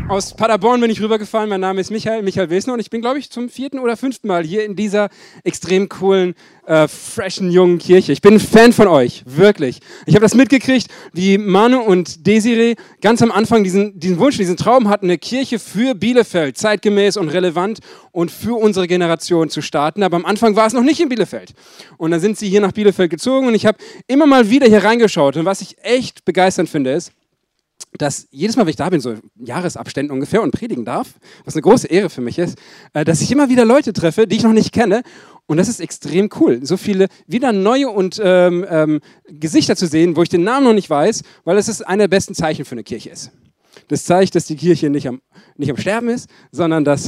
Aus Paderborn bin ich rübergefahren. Mein Name ist Michael Wesner und ich bin, glaube ich, zum 4. oder 5. Mal hier in dieser extrem coolen, freshen, jungen Kirche. Ich bin ein Fan von euch, wirklich. Ich habe das mitgekriegt, wie Manu und Desiree ganz am Anfang diesen Wunsch, diesen Traum hatten, eine Kirche für Bielefeld, zeitgemäß und relevant und für unsere Generation zu starten. Aber am Anfang war es noch nicht in Bielefeld. Und dann sind sie hier nach Bielefeld gezogen und ich habe immer mal wieder hier reingeschaut. Und was ich echt begeisternd finde, ist, dass jedes Mal, wenn ich da bin, so Jahresabständen ungefähr und predigen darf, was eine große Ehre für mich ist, dass ich immer wieder Leute treffe, die ich noch nicht kenne. Und das ist extrem cool, so viele wieder neue und Gesichter zu sehen, wo ich den Namen noch nicht weiß, weil es ist einer der besten Zeichen für eine Kirche ist. Das zeigt, dass die Kirche nicht am Sterben ist, sondern dass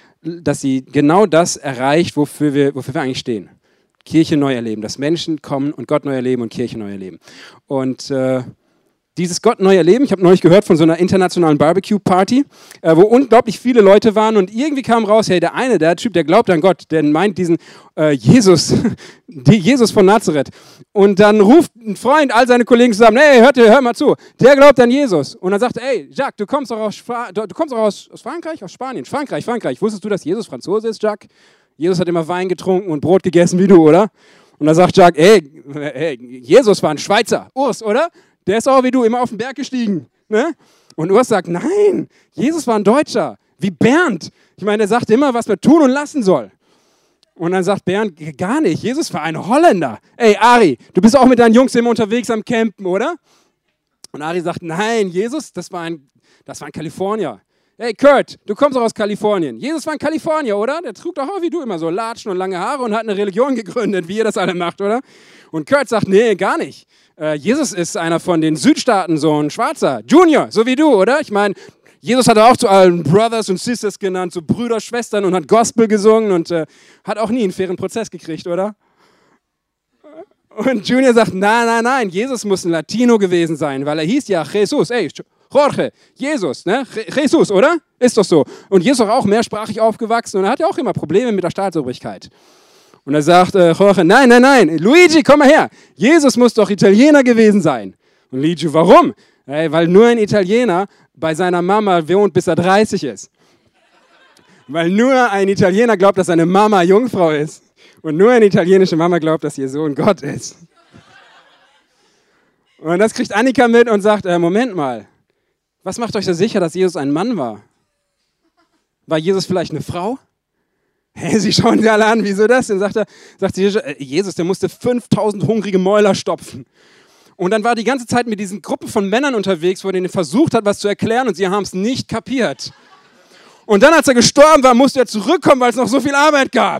sie genau das erreicht, wofür wir eigentlich stehen. Kirche neu erleben, dass Menschen kommen und Gott neu erleben und Kirche neu erleben. Und dieses Gott neu erleben, ich habe neulich gehört von so einer internationalen Barbecue-Party, wo unglaublich viele Leute waren und irgendwie kam raus, hey, der Typ, der glaubt an Gott, der meint diesen Jesus, Jesus von Nazareth. Und dann ruft ein Freund all seine Kollegen zusammen, hey, hör mal zu, der glaubt an Jesus. Und dann sagt er, hey, Jacques, du kommst doch aus Frankreich, aus Spanien, Frankreich. Wusstest du, dass Jesus Franzose ist, Jacques? Jesus hat immer Wein getrunken und Brot gegessen wie du, oder? Und dann sagt Jacques, hey, Jesus war ein Schweizer, Urs, oder? Der ist auch wie du immer auf den Berg gestiegen. Ne? Und Urs sagt, nein, Jesus war ein Deutscher, wie Bernd. Ich meine, der sagt immer, was man tun und lassen soll. Und dann sagt Bernd, gar nicht, Jesus war ein Holländer. Ey, Ari, du bist auch mit deinen Jungs immer unterwegs am Campen, oder? Und Ari sagt, nein, Jesus, das war ein Kalifornier. Hey, Kurt, du kommst auch aus Kalifornien. Jesus war ein Kalifornier, oder? Der trug doch auch wie du immer so Latschen und lange Haare und hat eine Religion gegründet, wie ihr das alle macht, oder? Und Kurt sagt, nee, gar nicht. Jesus ist einer von den Südstaaten, so ein Schwarzer. Junior, so wie du, oder? Ich meine, Jesus hat auch zu allen Brothers und Sisters genannt, so Brüder, Schwestern und hat Gospel gesungen und hat auch nie einen fairen Prozess gekriegt, oder? Und Junior sagt, nein, Jesus muss ein Latino gewesen sein, weil er hieß ja Jesus, ey, Jorge, Jesus, ne? Jesus, oder? Ist doch so. Und Jesus ist auch mehrsprachig aufgewachsen und er hat ja auch immer Probleme mit der Staatsobrigkeit. Und er sagt Jorge, nein, Luigi, komm mal her. Jesus muss doch Italiener gewesen sein. Und Luigi, warum? Hey, weil nur ein Italiener bei seiner Mama wohnt, bis er 30 ist. Weil nur ein Italiener glaubt, dass seine Mama Jungfrau ist. Und nur eine italienische Mama glaubt, dass ihr Sohn Gott ist. Und das kriegt Annika mit und sagt, Moment mal, was macht euch so sicher, dass Jesus ein Mann war? War Jesus vielleicht eine Frau? Hey, sie schauen sie alle an, wieso das? Dann sagt sie, Jesus, der musste 5000 hungrige Mäuler stopfen. Und dann war die ganze Zeit mit diesen Gruppen von Männern unterwegs, wo er denen versucht hat, was zu erklären und sie haben es nicht kapiert. Und dann, als er gestorben war, musste er zurückkommen, weil es noch so viel Arbeit gab.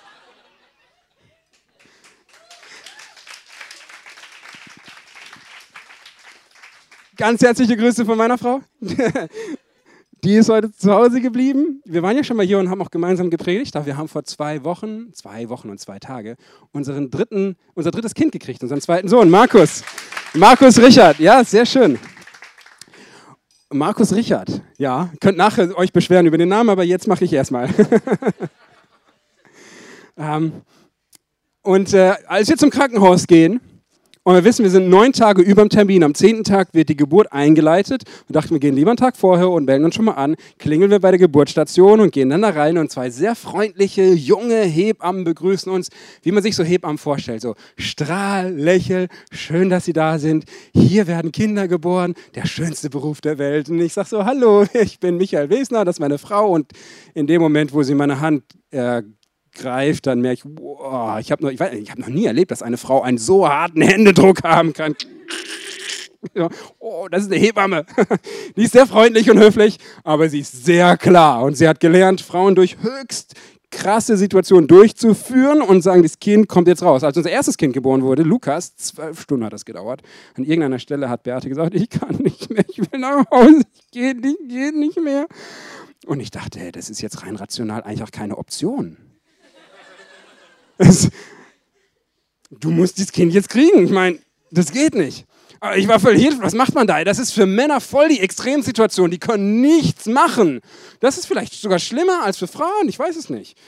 Ganz herzliche Grüße von meiner Frau. Die ist heute zu Hause geblieben. Wir waren ja schon mal hier und haben auch gemeinsam gepredigt. Aber wir haben vor 2 Wochen und 2 Tage, unser drittes Kind gekriegt, unseren zweiten Sohn, Markus. Markus Richard, ja, sehr schön. Markus Richard, ja, könnt nachher euch beschweren über den Namen, aber jetzt mache ich erstmal. Als wir zum Krankenhaus gehen, und wir wissen, wir sind 9 Tage über dem Termin. Am 10. Tag wird die Geburt eingeleitet. Wir dachten, wir gehen lieber einen Tag vorher und melden uns schon mal an. Klingeln wir bei der Geburtsstation und gehen dann da rein. Und 2 sehr freundliche, junge Hebammen begrüßen uns, wie man sich so Hebammen vorstellt. So Strahl, Lächel, schön, dass Sie da sind. Hier werden Kinder geboren, der schönste Beruf der Welt. Und ich sage so, hallo, ich bin Michael Wesner, das ist meine Frau. Und in dem Moment, wo sie meine Hand greift, dann merke ich, wow, ich habe noch nie erlebt, dass eine Frau einen so harten Händedruck haben kann. Oh, das ist eine Hebamme. Die ist sehr freundlich und höflich, aber sie ist sehr klar. Und sie hat gelernt, Frauen durch höchst krasse Situationen durchzuführen und sagen, das Kind kommt jetzt raus. Als unser erstes Kind geboren wurde, Lukas, 12 Stunden hat das gedauert. An irgendeiner Stelle hat Beate gesagt, ich kann nicht mehr, ich will nach Hause, ich gehe nicht mehr. Und ich dachte, hey, das ist jetzt rein rational einfach keine Option. Du musst dieses Kind jetzt kriegen. Ich meine, das geht nicht. Aber ich war völlig hilflos. Was macht man da? Das ist für Männer voll die Extremsituation. Die können nichts machen. Das ist vielleicht sogar schlimmer als für Frauen. Ich weiß es nicht.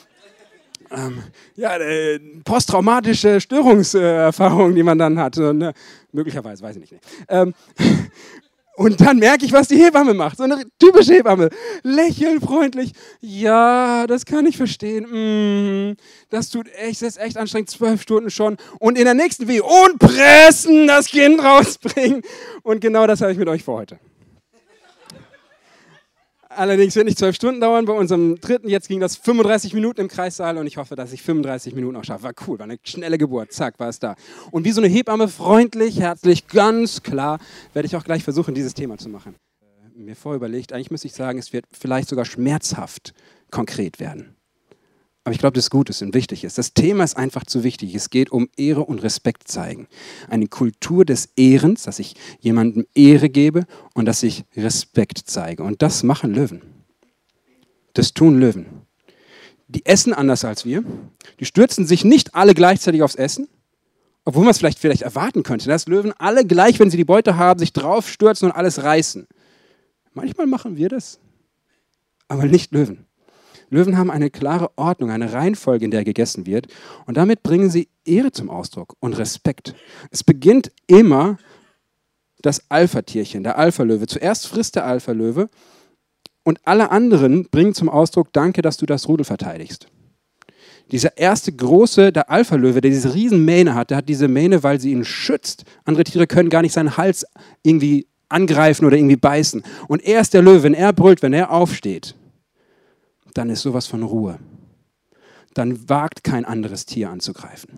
Posttraumatische Störungserfahrung, die man dann hat. Möglicherweise, weiß ich nicht. Und dann merke ich, was die Hebamme macht. So eine typische Hebamme. Lächeln, freundlich. Ja, das kann ich verstehen. Das ist echt anstrengend, 12 Stunden schon. Und in der nächsten Wehe und pressen, das Kind rausbringen. Und genau das habe ich mit euch vor heute. Allerdings wird nicht 12 Stunden dauern. Bei unserem dritten, jetzt ging das 35 Minuten im Kreissaal und ich hoffe, dass ich 35 Minuten auch schaffe. War cool, war eine schnelle Geburt. Zack, war es da. Und wie so eine Hebamme, freundlich, herzlich, ganz klar, werde ich auch gleich versuchen, dieses Thema zu machen. Mir vorüberlegt, eigentlich müsste ich sagen, es wird vielleicht sogar schmerzhaft konkret werden. Aber ich glaube, das ist gut ist und wichtig ist. Das Thema ist einfach zu wichtig. Es geht um Ehre und Respekt zeigen. Eine Kultur des Ehrens, dass ich jemandem Ehre gebe und dass ich Respekt zeige. Und das machen Löwen. Das tun Löwen. Die essen anders als wir. Die stürzen sich nicht alle gleichzeitig aufs Essen, obwohl man es vielleicht erwarten könnte, dass Löwen alle gleich, wenn sie die Beute haben, sich draufstürzen und alles reißen. Manchmal machen wir das, aber nicht Löwen. Löwen haben eine klare Ordnung, eine Reihenfolge, in der gegessen wird. Und damit bringen sie Ehre zum Ausdruck und Respekt. Es beginnt immer das Alpha-Tierchen, der Alpha-Löwe. Zuerst frisst der Alpha-Löwe und alle anderen bringen zum Ausdruck, danke, dass du das Rudel verteidigst. Dieser erste große, der Alpha-Löwe, der diese riesen Mähne hat, der hat diese Mähne, weil sie ihn schützt. Andere Tiere können gar nicht seinen Hals irgendwie angreifen oder irgendwie beißen. Und er ist der Löwe, wenn er brüllt, wenn er aufsteht, dann ist sowas von Ruhe. Dann wagt kein anderes Tier anzugreifen.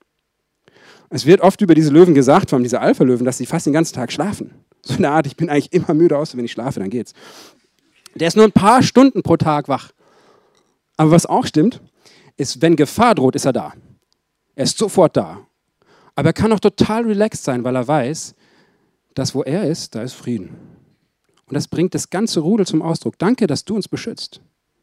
Es wird oft über diese Löwen gesagt, vor allem diese Alpha-Löwen, dass sie fast den ganzen Tag schlafen. So eine Art, ich bin eigentlich immer müde, außer wenn ich schlafe, dann geht's. Der ist nur ein paar Stunden pro Tag wach. Aber was auch stimmt, ist, wenn Gefahr droht, ist er da. Er ist sofort da. Aber er kann auch total relaxed sein, weil er weiß, dass wo er ist, da ist Frieden. Und das bringt das ganze Rudel zum Ausdruck. Danke, dass du uns beschützt.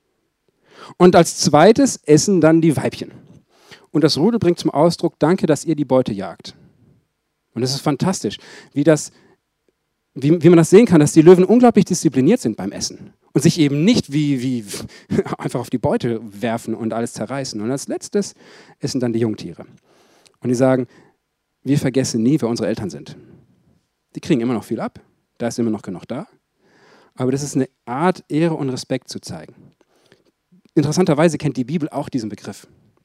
Und als zweites essen dann die Weibchen. Und das Rudel bringt zum Ausdruck, danke, dass ihr die Beute jagt. Und das ist fantastisch, wie man das sehen kann, dass die Löwen unglaublich diszipliniert sind beim Essen. Und sich eben nicht wie einfach auf die Beute werfen und alles zerreißen. Und als letztes essen dann die Jungtiere. Und die sagen, wir vergessen nie, wer unsere Eltern sind. Die kriegen immer noch viel ab, da ist immer noch genug da. Aber das ist eine Art, Ehre und Respekt zu zeigen. Interessanterweise kennt die Bibel auch diesen Begriff.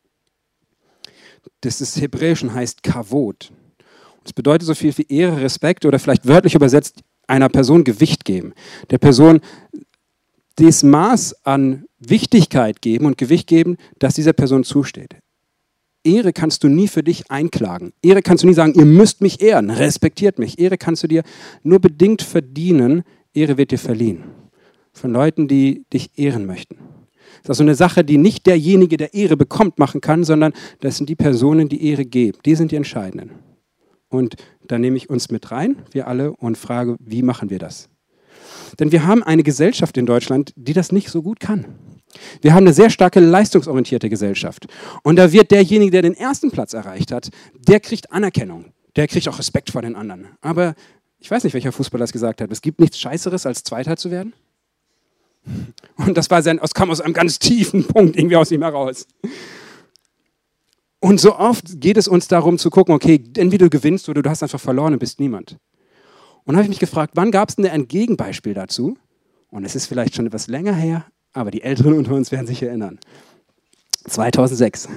Das ist hebräisch und heißt Kavod. Das bedeutet so viel wie Ehre, Respekt oder vielleicht wörtlich übersetzt, einer Person Gewicht geben. Der Person das Maß an Wichtigkeit geben und Gewicht geben, das dieser Person zusteht. Ehre kannst du nie für dich einklagen. Ehre kannst du nie sagen, ihr müsst mich ehren, respektiert mich. Ehre kannst du dir nur bedingt verdienen. Ehre wird dir verliehen. Von Leuten, die dich ehren möchten. Das ist also eine Sache, die nicht derjenige, der Ehre bekommt, machen kann, sondern das sind die Personen, die Ehre geben. Die sind die Entscheidenden. Und da nehme ich uns mit rein, wir alle, und frage, wie machen wir das? Denn wir haben eine Gesellschaft in Deutschland, die das nicht so gut kann. Wir haben eine sehr starke leistungsorientierte Gesellschaft. Und da wird derjenige, der den ersten Platz erreicht hat, der kriegt Anerkennung. Der kriegt auch Respekt vor den anderen. Aber ich weiß nicht, welcher Fußballer das gesagt hat. Es gibt nichts Scheißeres, als Zweiter zu werden. Und das kam aus einem ganz tiefen Punkt irgendwie aus ihm heraus. Und so oft geht es uns darum zu gucken, okay, entweder du gewinnst oder du hast einfach verloren und bist niemand. Und dann habe ich mich gefragt, wann gab es denn ein Gegenbeispiel dazu? Und es ist vielleicht schon etwas länger her, aber die Älteren unter uns werden sich erinnern. 2006.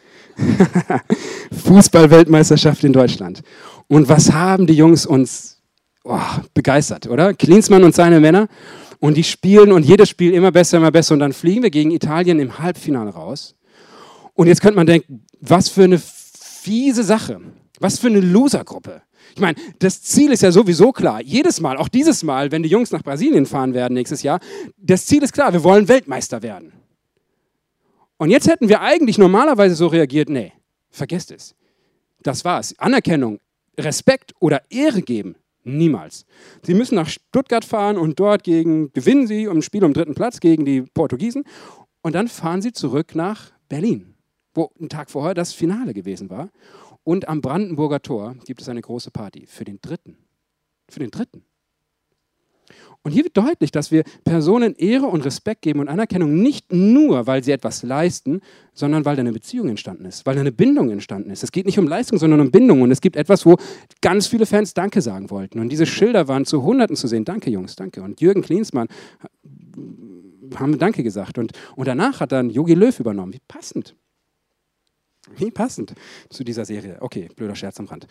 Fußball-Weltmeisterschaft in Deutschland. Und was haben die Jungs uns begeistert, oder? Klinsmann und seine Männer. Und die spielen und jedes Spiel immer besser. Und dann fliegen wir gegen Italien im Halbfinale raus. Und jetzt könnte man denken, was für eine fiese Sache. Was für eine Losergruppe. Ich meine, das Ziel ist ja sowieso klar. Jedes Mal, auch dieses Mal, wenn die Jungs nach Brasilien fahren werden nächstes Jahr, das Ziel ist klar, wir wollen Weltmeister werden. Und jetzt hätten wir eigentlich normalerweise so reagiert, nee, vergesst es. Das war's. Anerkennung, Respekt oder Ehre geben, niemals. Sie müssen nach Stuttgart fahren und dort gewinnen sie im Spiel um 3. Platz gegen die Portugiesen. Und dann fahren sie zurück nach Berlin, wo einen Tag vorher das Finale gewesen war. Und am Brandenburger Tor gibt es eine große Party für den Dritten. Für den Dritten. Und hier wird deutlich, dass wir Personen Ehre und Respekt geben und Anerkennung nicht nur, weil sie etwas leisten, sondern weil da eine Beziehung entstanden ist, weil da eine Bindung entstanden ist. Es geht nicht um Leistung, sondern um Bindung. Und es gibt etwas, wo ganz viele Fans Danke sagen wollten. Und diese Schilder waren zu Hunderten zu sehen. Danke, Jungs, danke. Und Jürgen Klinsmann haben Danke gesagt. Und danach hat dann Jogi Löw übernommen. Wie passend. Wie passend zu dieser Serie. Okay, blöder Scherz am Rand.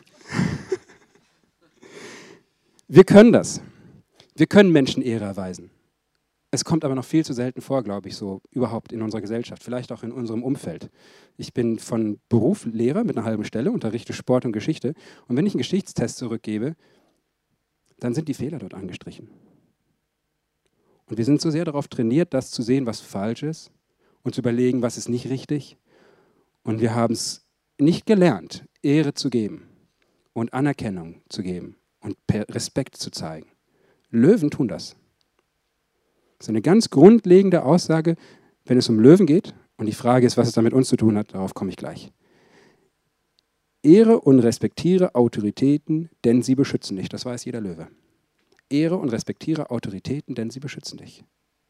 Wir können das. Wir können Menschen Ehre erweisen. Es kommt aber noch viel zu selten vor, glaube ich, so überhaupt in unserer Gesellschaft, vielleicht auch in unserem Umfeld. Ich bin von Beruf Lehrer mit einer halben Stelle, unterrichte Sport und Geschichte. Und wenn ich einen Geschichtstest zurückgebe, dann sind die Fehler dort angestrichen. Und wir sind so sehr darauf trainiert, das zu sehen, was falsch ist und zu überlegen, was ist nicht richtig. Und wir haben es nicht gelernt, Ehre zu geben und Anerkennung zu geben und Respekt zu zeigen. Löwen tun das. Das ist eine ganz grundlegende Aussage, wenn es um Löwen geht. Und die Frage ist, was es da mit uns zu tun hat, darauf komme ich gleich. Ehre und respektiere Autoritäten, denn sie beschützen dich. Das weiß jeder Löwe. Ehre und respektiere Autoritäten, denn sie beschützen dich.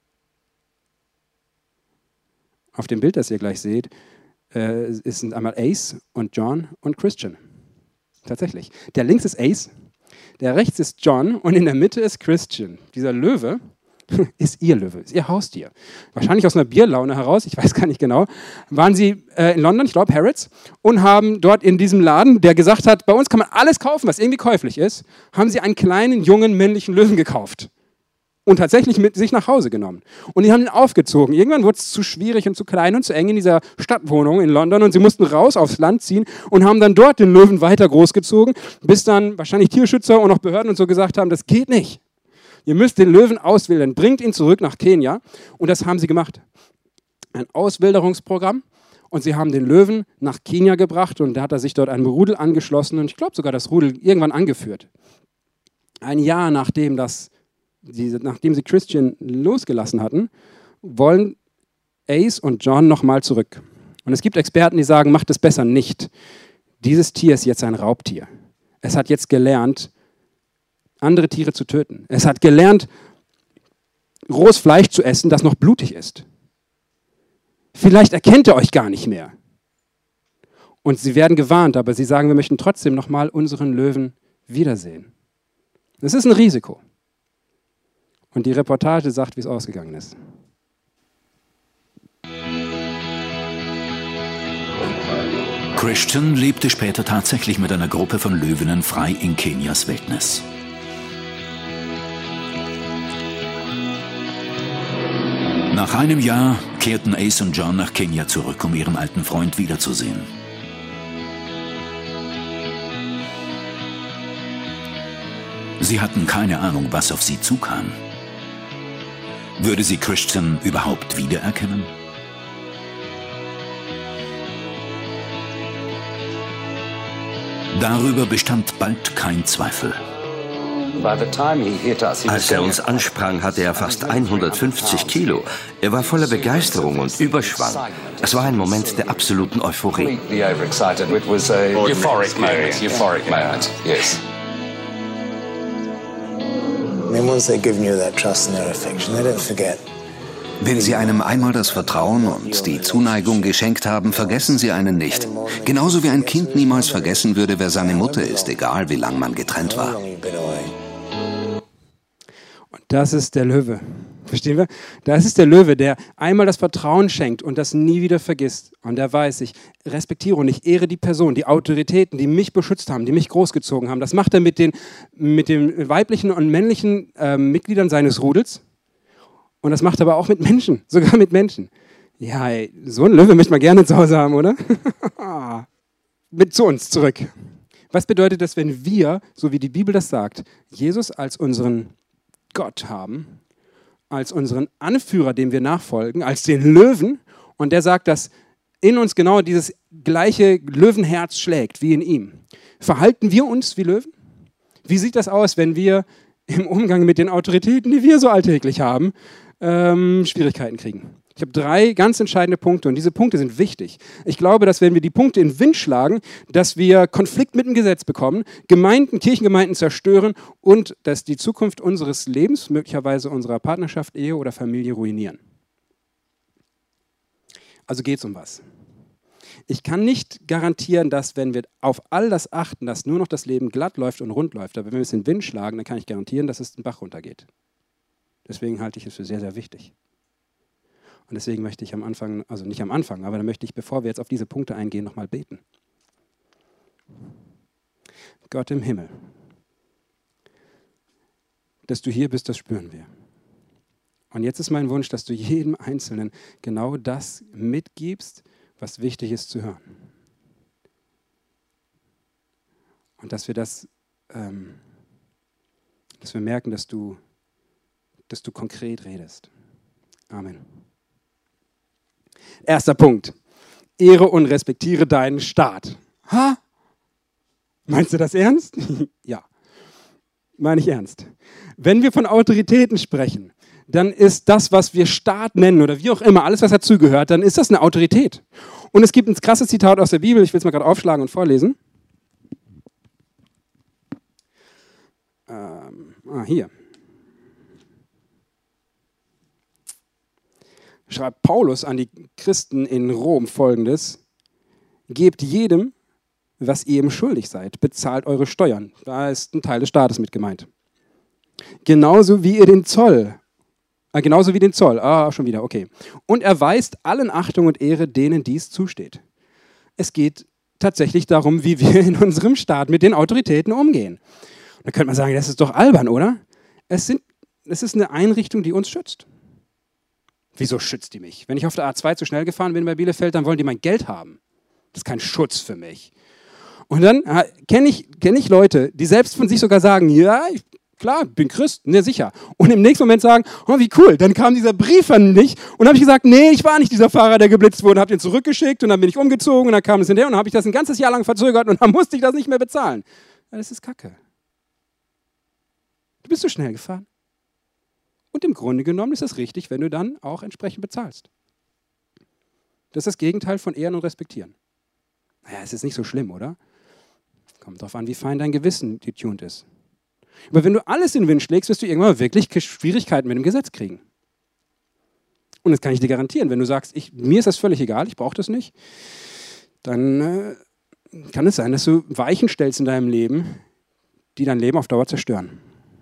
Auf dem Bild, das ihr gleich seht, sind einmal Ace und John und Christian. Tatsächlich. Der links ist Ace. Der rechts ist John und in der Mitte ist Christian. Dieser Löwe ist ihr Löwe, ist ihr Haustier. Wahrscheinlich aus einer Bierlaune heraus, ich weiß gar nicht genau, waren sie in London, ich glaube Harrods, und haben dort in diesem Laden, der gesagt hat, bei uns kann man alles kaufen, was irgendwie käuflich ist, haben sie einen kleinen, jungen, männlichen Löwen gekauft. Und tatsächlich mit sich nach Hause genommen. Und die haben ihn aufgezogen. Irgendwann wurde es zu schwierig und zu klein und zu eng in dieser Stadtwohnung in London und sie mussten raus aufs Land ziehen und haben dann dort den Löwen weiter großgezogen, bis dann wahrscheinlich Tierschützer und auch Behörden und so gesagt haben, das geht nicht. Ihr müsst den Löwen auswildern, bringt ihn zurück nach Kenia. Und das haben sie gemacht. Ein Auswilderungsprogramm. Und sie haben den Löwen nach Kenia gebracht und da hat er sich dort einem Rudel angeschlossen und ich glaube sogar das Rudel irgendwann angeführt. Ein Jahr nachdem sie Christian losgelassen hatten, wollen Ace und John nochmal zurück. Und es gibt Experten, die sagen, macht es besser nicht. Dieses Tier ist jetzt ein Raubtier. Es hat jetzt gelernt, andere Tiere zu töten. Es hat gelernt, rohes Fleisch zu essen, das noch blutig ist. Vielleicht erkennt er euch gar nicht mehr. Und sie werden gewarnt, aber sie sagen, wir möchten trotzdem nochmal unseren Löwen wiedersehen. Das ist ein Risiko. Und die Reportage sagt, wie es ausgegangen ist. Christian lebte später tatsächlich mit einer Gruppe von Löwinnen frei in Kenias Wildnis. Nach einem Jahr kehrten Ace und John nach Kenia zurück, um ihren alten Freund wiederzusehen. Sie hatten keine Ahnung, was auf sie zukam. Würde sie Christian überhaupt wiedererkennen? Darüber bestand bald kein Zweifel. Als er uns ansprang, hatte er fast 150 Kilo. Er war voller Begeisterung und Überschwang. Es war ein Moment der absoluten Euphorie. Wenn Sie einem einmal das Vertrauen und die Zuneigung geschenkt haben, vergessen Sie einen nicht. Genauso wie ein Kind niemals vergessen würde, wer seine Mutter ist, egal wie lang man getrennt war. Und das ist der Löwe. Verstehen wir? Das ist der Löwe, der einmal das Vertrauen schenkt und das nie wieder vergisst. Und der weiß, ich respektiere und ich ehre die Person, die Autoritäten, die mich beschützt haben, die mich großgezogen haben. Das macht er mit den weiblichen und männlichen Mitgliedern seines Rudels. Und das macht er aber auch mit Menschen, sogar mit Menschen. Ja, ey, so einen Löwe möchte man gerne zu Hause haben, oder? Mit zu uns zurück. Was bedeutet das, wenn wir, so wie die Bibel das sagt, Jesus als unseren Gott haben, als unseren Anführer, dem wir nachfolgen, als den Löwen, und der sagt, dass in uns genau dieses gleiche Löwenherz schlägt wie in ihm. Verhalten wir uns wie Löwen? Wie sieht das aus, wenn wir im Umgang mit den Autoritäten, die wir so alltäglich haben, Schwierigkeiten kriegen? Ich habe 3 ganz entscheidende Punkte und diese Punkte sind wichtig. Ich glaube, dass wenn wir die Punkte in den Wind schlagen, dass wir Konflikt mit dem Gesetz bekommen, Kirchengemeinden zerstören und dass die Zukunft unseres Lebens, möglicherweise unserer Partnerschaft, Ehe oder Familie ruinieren. Also geht es um was. Ich kann nicht garantieren, dass wenn wir auf all das achten, dass nur noch das Leben glatt läuft und rund läuft, aber wenn wir es in den Wind schlagen, dann kann ich garantieren, dass es den Bach runtergeht. Deswegen halte ich es für sehr, sehr wichtig. Und deswegen möchte ich am Anfang, also nicht am Anfang, aber dann möchte ich, bevor wir jetzt auf diese Punkte eingehen, nochmal beten. Gott im Himmel, dass du hier bist, das spüren wir. Und jetzt ist mein Wunsch, dass du jedem Einzelnen genau das mitgibst, was wichtig ist zu hören. Und dass wir dass wir merken, dass du konkret redest. Amen. Erster Punkt. Ehre und respektiere deinen Staat. Ha? Meinst du das ernst? Ja, meine ich ernst. Wenn wir von Autoritäten sprechen, dann ist das, was wir Staat nennen oder wie auch immer, alles, was dazugehört, dann ist das eine Autorität. Und es gibt ein krasses Zitat aus der Bibel, ich will es mal gerade aufschlagen und vorlesen. Hier. Schreibt Paulus an die Christen in Rom Folgendes: Gebt jedem, was ihr ihm schuldig seid, bezahlt eure Steuern. Da ist ein Teil des Staates mit gemeint. Genauso wie den Zoll. Schon wieder, okay. Und erweist allen Achtung und Ehre, denen dies zusteht. Es geht tatsächlich darum, wie wir in unserem Staat mit den Autoritäten umgehen. Und da könnte man sagen, das ist doch albern, oder? Es ist eine Einrichtung, die uns schützt. Wieso schützt die mich? Wenn ich auf der A2 zu schnell gefahren bin bei Bielefeld, dann wollen die mein Geld haben. Das ist kein Schutz für mich. Und dann kenne ich Leute, die selbst von sich sogar sagen, ja, klar, bin Christ, ne, sicher. Und im nächsten Moment sagen, oh, wie cool, dann kam dieser Brief an mich und habe ich gesagt, nee, ich war nicht dieser Fahrer, der geblitzt wurde, habe den zurückgeschickt und dann bin ich umgezogen und dann kam es hinterher und dann habe ich das ein ganzes Jahr lang verzögert und dann musste ich das nicht mehr bezahlen. Ja, das ist Kacke. Du bist zu schnell gefahren. Und im Grunde genommen ist es richtig, wenn du dann auch entsprechend bezahlst. Das ist das Gegenteil von Ehren und Respektieren. Naja, es ist nicht so schlimm, oder? Kommt drauf an, wie fein dein Gewissen getuned ist. Aber wenn du alles in den Wind schlägst, wirst du irgendwann wirklich Schwierigkeiten mit dem Gesetz kriegen. Und das kann ich dir garantieren. Wenn du sagst, mir ist das völlig egal, ich brauche das nicht, dann kann es sein, dass du Weichen stellst in deinem Leben, die dein Leben auf Dauer zerstören.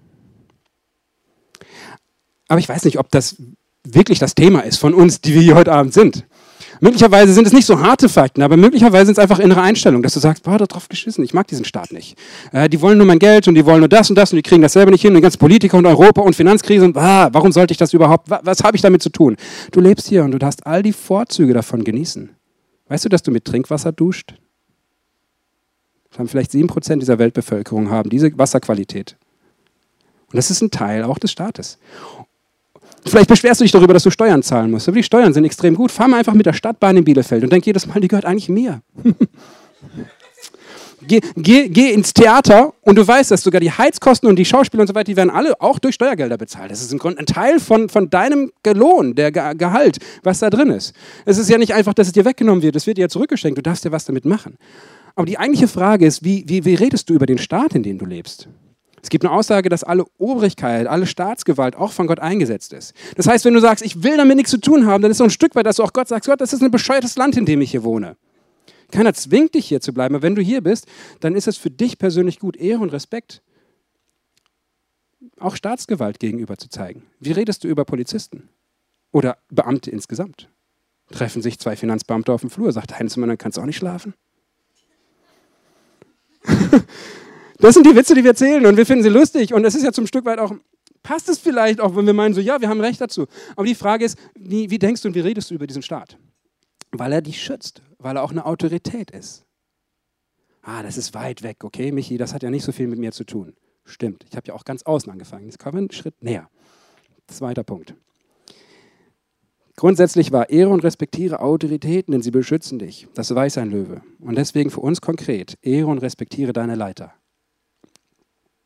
Aber ich weiß nicht, ob das wirklich das Thema ist von uns, die wir hier heute Abend sind. Möglicherweise sind es nicht so harte Fakten, aber möglicherweise sind es einfach innere Einstellungen, dass du sagst, boah, da drauf geschissen, ich mag diesen Staat nicht. Die wollen nur mein Geld und die wollen nur das und das und die kriegen das selber nicht hin und die ganzen Politiker und Europa und Finanzkrise und warum sollte ich das überhaupt, was habe ich damit zu tun? Du lebst hier und du darfst all die Vorzüge davon genießen. Weißt du, dass du mit Trinkwasser duscht? Das haben vielleicht 7% dieser Weltbevölkerung haben diese Wasserqualität. Und das ist ein Teil auch des Staates. Vielleicht beschwerst du dich darüber, dass du Steuern zahlen musst. Aber die Steuern sind extrem gut. Fahr mal einfach mit der Stadtbahn in Bielefeld und denk jedes Mal, die gehört eigentlich mir. Geh ins Theater und du weißt, dass sogar die Heizkosten und die Schauspieler und so weiter, die werden alle auch durch Steuergelder bezahlt. Das ist im Grunde ein Teil von deinem Lohn, der Gehalt, was da drin ist. Es ist ja nicht einfach, dass es dir weggenommen wird. Es wird dir ja zurückgeschenkt. Du darfst ja was damit machen. Aber die eigentliche Frage ist, wie redest du über den Staat, in dem du lebst? Es gibt eine Aussage, dass alle Obrigkeit, alle Staatsgewalt auch von Gott eingesetzt ist. Das heißt, wenn du sagst, ich will damit nichts zu tun haben, dann ist so ein Stück weit, dass du auch Gott sagst, Gott, das ist ein bescheuertes Land, in dem ich hier wohne. Keiner zwingt dich hier zu bleiben, aber wenn du hier bist, dann ist es für dich persönlich gut, Ehre und Respekt auch Staatsgewalt gegenüber zu zeigen. Wie redest du über Polizisten oder Beamte insgesamt? Treffen sich 2 Finanzbeamte auf dem Flur, sagt der Heinzmann, dann kannst du auch nicht schlafen. Das sind die Witze, die wir erzählen und wir finden sie lustig und es ist ja zum Stück weit auch, passt es vielleicht auch, wenn wir meinen so, ja, wir haben Recht dazu. Aber die Frage ist, wie denkst du und wie redest du über diesen Staat? Weil er dich schützt, weil er auch eine Autorität ist. Das ist weit weg, okay, Michi, das hat ja nicht so viel mit mir zu tun. Stimmt, ich habe ja auch ganz außen angefangen, jetzt kommen wir einen Schritt näher. 2. Punkt. Grundsätzlich war Ehre und respektiere Autoritäten, denn sie beschützen dich. Das weiß ein Löwe. Und deswegen für uns konkret, Ehre und respektiere deine Leiter.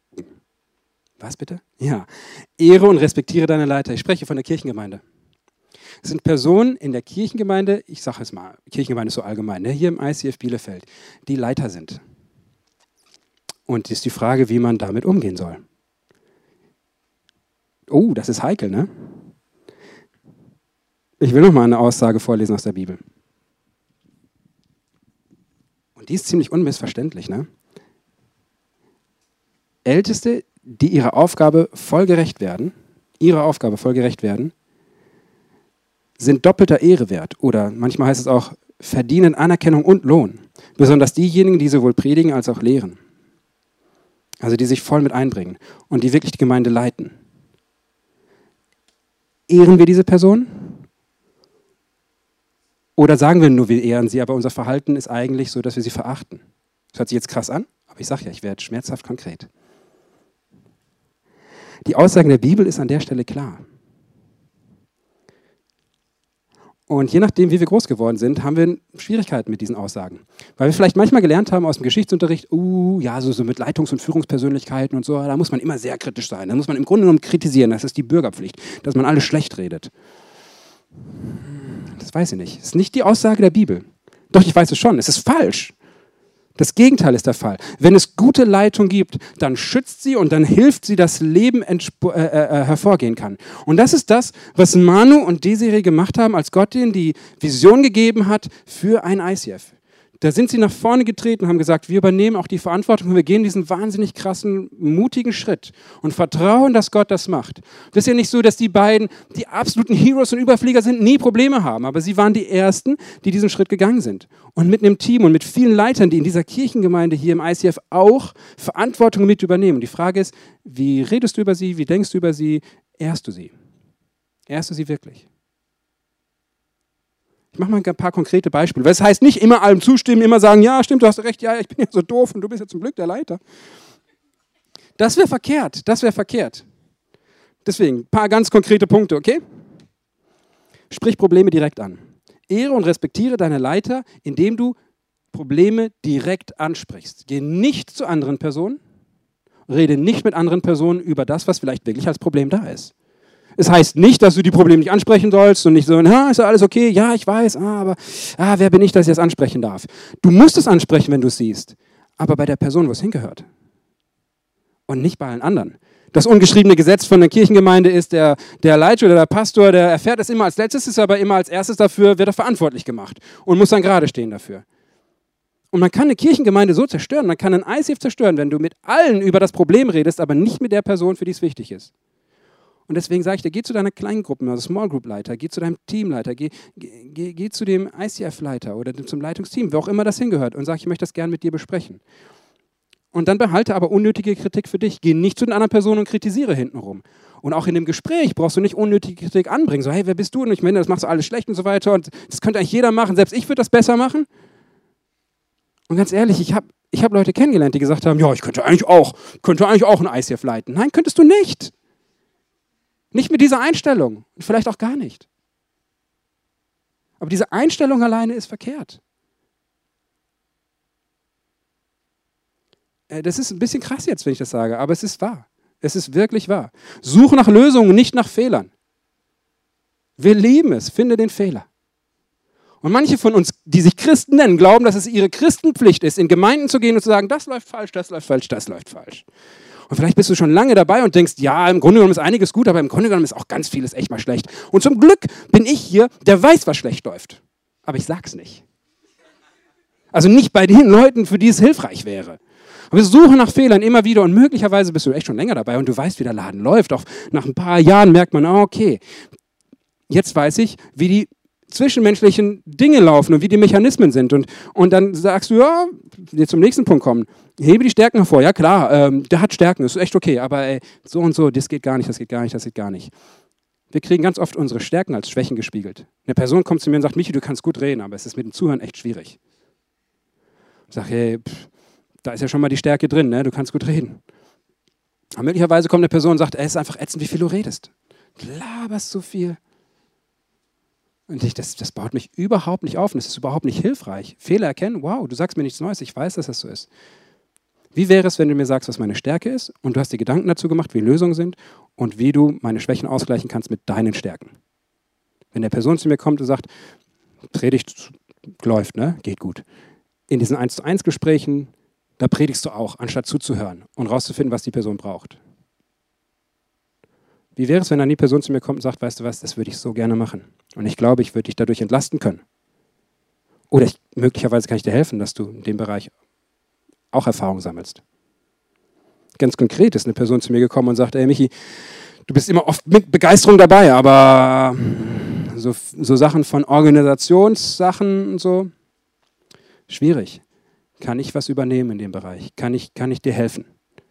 Was bitte? Ja, Ehre und respektiere deine Leiter. Ich spreche von der Kirchengemeinde. Es sind Personen in der Kirchengemeinde, ich sage es mal, Kirchengemeinde ist so allgemein, ne, hier im ICF Bielefeld, die Leiter sind. Und es ist die Frage, wie man damit umgehen soll. Oh, das ist heikel, ne? Ich will noch mal eine Aussage vorlesen aus der Bibel. Und die ist ziemlich unmissverständlich, ne? Älteste, die ihrer Aufgabe voll gerecht werden, sind doppelter Ehre wert. Oder manchmal heißt es auch, verdienen Anerkennung und Lohn. Besonders diejenigen, die sowohl predigen als auch lehren. Also die sich voll mit einbringen und die wirklich die Gemeinde leiten. Ehren wir diese Person? Oder sagen wir nur, wir ehren sie, aber unser Verhalten ist eigentlich so, dass wir sie verachten? Das hört sich jetzt krass an, aber ich sage ja, ich werde schmerzhaft konkret. Die Aussage der Bibel ist an der Stelle klar. Und je nachdem, wie wir groß geworden sind, haben wir Schwierigkeiten mit diesen Aussagen. Weil wir vielleicht manchmal gelernt haben aus dem Geschichtsunterricht, so mit Leitungs- und Führungspersönlichkeiten und so, da muss man immer sehr kritisch sein. Da muss man im Grunde genommen kritisieren, das ist die Bürgerpflicht, dass man alles schlecht redet. Das weiß ich nicht. Das ist nicht die Aussage der Bibel. Doch, ich weiß es schon, es ist falsch. Das Gegenteil ist der Fall. Wenn es gute Leitung gibt, dann schützt sie und dann hilft sie, dass Leben hervorgehen kann. Und das ist das, was Manu und Desiree gemacht haben, als Gott ihnen die Vision gegeben hat für ein ICF. Da sind sie nach vorne getreten und haben gesagt, wir übernehmen auch die Verantwortung und wir gehen diesen wahnsinnig krassen, mutigen Schritt und vertrauen, dass Gott das macht. Das ist ja nicht so, dass die beiden, die absoluten Heroes und Überflieger sind, nie Probleme haben, aber sie waren die Ersten, die diesen Schritt gegangen sind. Und mit einem Team und mit vielen Leitern, die in dieser Kirchengemeinde hier im ICF auch Verantwortung mit übernehmen. Die Frage ist, wie redest du über sie, wie denkst du über sie, ehrst du sie? Ehrst du sie wirklich? Ich mache mal ein paar konkrete Beispiele. Das heißt nicht immer allem zustimmen, immer sagen, ja, stimmt, du hast recht, ja, ich bin ja so doof und du bist ja zum Glück der Leiter. Das wäre verkehrt, Deswegen, ein paar ganz konkrete Punkte, okay? Sprich Probleme direkt an. Ehre und respektiere deine Leiter, indem du Probleme direkt ansprichst. Geh nicht zu anderen Personen, rede nicht mit anderen Personen über das, was vielleicht wirklich als Problem da ist. Es heißt nicht, dass du die Probleme nicht ansprechen sollst und nicht so, ist ja alles okay, ja, ich weiß, aber wer bin ich, dass ich das ansprechen darf? Du musst es ansprechen, wenn du es siehst, aber bei der Person, wo es hingehört. Und nicht bei allen anderen. Das ungeschriebene Gesetz von der Kirchengemeinde ist, der Leiter oder der Pastor, der erfährt es immer als letztes, ist aber immer als erstes dafür, wird er verantwortlich gemacht und muss dann gerade stehen dafür. Und man kann eine Kirchengemeinde so zerstören, man kann ein ICF zerstören, wenn du mit allen über das Problem redest, aber nicht mit der Person, für die es wichtig ist. Und deswegen sage ich dir, geh zu deiner Kleingruppen, also Small Group Leiter, geh zu deinem Teamleiter, geh zu dem ICF-Leiter oder zum Leitungsteam, wer auch immer das hingehört und sag, ich möchte das gerne mit dir besprechen. Und dann behalte aber unnötige Kritik für dich. Geh nicht zu den anderen Personen und kritisiere hintenrum. Und auch in dem Gespräch brauchst du nicht unnötige Kritik anbringen. So, hey, wer bist du? Und ich meine, das machst du alles schlecht und so weiter. Und das könnte eigentlich jeder machen. Selbst ich würde das besser machen. Und ganz ehrlich, ich hab Leute kennengelernt, die gesagt haben, ja, ich könnte eigentlich auch ein ICF leiten. Nein, könntest du nicht. Nicht mit dieser Einstellung. Und vielleicht auch gar nicht. Aber diese Einstellung alleine ist verkehrt. Das ist ein bisschen krass jetzt, wenn ich das sage, aber es ist wahr. Es ist wirklich wahr. Suche nach Lösungen, nicht nach Fehlern. Wir lieben es, finde den Fehler. Und manche von uns, die sich Christen nennen, glauben, dass es ihre Christenpflicht ist, in Gemeinden zu gehen und zu sagen, das läuft falsch, das läuft falsch, das läuft falsch. Und vielleicht bist du schon lange dabei und denkst, ja, im Grunde genommen ist einiges gut, aber im Grunde genommen ist auch ganz vieles echt mal schlecht. Und zum Glück bin ich hier, der weiß, was schlecht läuft. Aber ich sag's nicht. Also nicht bei den Leuten, für die es hilfreich wäre. Aber wir suchen nach Fehlern immer wieder und möglicherweise bist du echt schon länger dabei und du weißt, wie der Laden läuft. Auch nach ein paar Jahren merkt man, okay, jetzt weiß ich, wie die zwischenmenschlichen Dinge laufen und wie die Mechanismen sind. Und dann sagst du, ja, jetzt zum nächsten Punkt kommen. Hebe die Stärken hervor. Ja klar, der hat Stärken, das ist echt okay, aber so und so, das geht gar nicht, das geht gar nicht, das geht gar nicht. Wir kriegen ganz oft unsere Stärken als Schwächen gespiegelt. Eine Person kommt zu mir und sagt, Michi, du kannst gut reden, aber es ist mit dem Zuhören echt schwierig. Ich sage, hey, da ist ja schon mal die Stärke drin, ne? Du kannst gut reden. Aber möglicherweise kommt eine Person und sagt, es ist einfach ätzend, wie viel du redest. Du laberst so viel. Und das baut mich überhaupt nicht auf und das ist überhaupt nicht hilfreich. Fehler erkennen, wow, du sagst mir nichts Neues, ich weiß, dass das so ist. Wie wäre es, wenn du mir sagst, was meine Stärke ist und du hast dir Gedanken dazu gemacht, wie Lösungen sind und wie du meine Schwächen ausgleichen kannst mit deinen Stärken? Wenn der Person zu mir kommt und sagt, Predigt läuft, ne? Geht gut. In diesen 1:1 Gesprächen, da predigst du auch, anstatt zuzuhören und rauszufinden, was die Person braucht. Wie wäre es, wenn dann die Person zu mir kommt und sagt, weißt du was, das würde ich so gerne machen. Und ich glaube, ich würde dich dadurch entlasten können. Oder möglicherweise kann ich dir helfen, dass du in dem Bereich auch Erfahrung sammelst. Ganz konkret ist eine Person zu mir gekommen und sagt, ey Michi, du bist immer oft mit Begeisterung dabei, aber so Sachen von Organisationssachen und so, schwierig. Kann ich was übernehmen in dem Bereich? Kann ich dir helfen?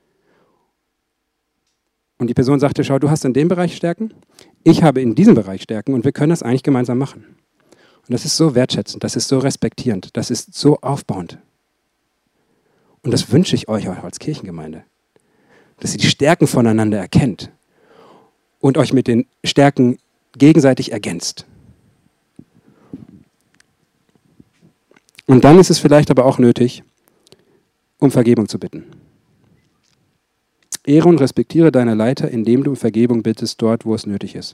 Und die Person sagte, schau, du hast in dem Bereich Stärken, ich habe in diesem Bereich Stärken und wir können das eigentlich gemeinsam machen. Und das ist so wertschätzend, das ist so respektierend, das ist so aufbauend. Und das wünsche ich euch auch als Kirchengemeinde, dass ihr die Stärken voneinander erkennt und euch mit den Stärken gegenseitig ergänzt. Und dann ist es vielleicht aber auch nötig, um Vergebung zu bitten. Ehre und respektiere deine Leiter, indem du um Vergebung bittest, dort, wo es nötig ist.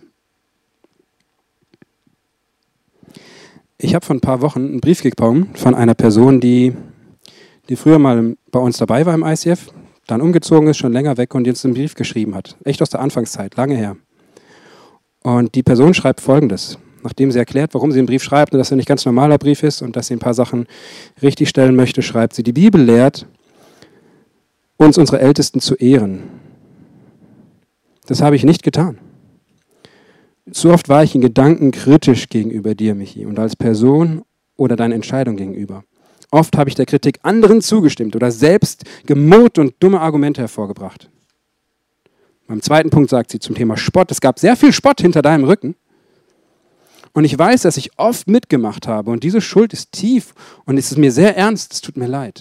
Ich habe vor ein paar Wochen einen Brief bekommen von einer Person, die früher mal bei uns dabei war im ICF, dann umgezogen ist, schon länger weg und jetzt einen Brief geschrieben hat. Echt aus der Anfangszeit, lange her. Und die Person schreibt Folgendes. Nachdem sie erklärt, warum sie einen Brief schreibt und dass er nicht ganz normaler Brief ist und dass sie ein paar Sachen richtigstellen möchte, schreibt sie, die Bibel lehrt, uns unsere Ältesten zu ehren. Das habe ich nicht getan. Zu oft war ich in Gedanken kritisch gegenüber dir, Michi, und als Person oder deiner Entscheidung gegenüber. Oft habe ich der Kritik anderen zugestimmt oder selbst gemurrt und dumme Argumente hervorgebracht. Beim zweiten Punkt sagt sie zum Thema Spott. Es gab sehr viel Spott hinter deinem Rücken. Und ich weiß, dass ich oft mitgemacht habe und diese Schuld ist tief und es ist mir sehr ernst, es tut mir leid.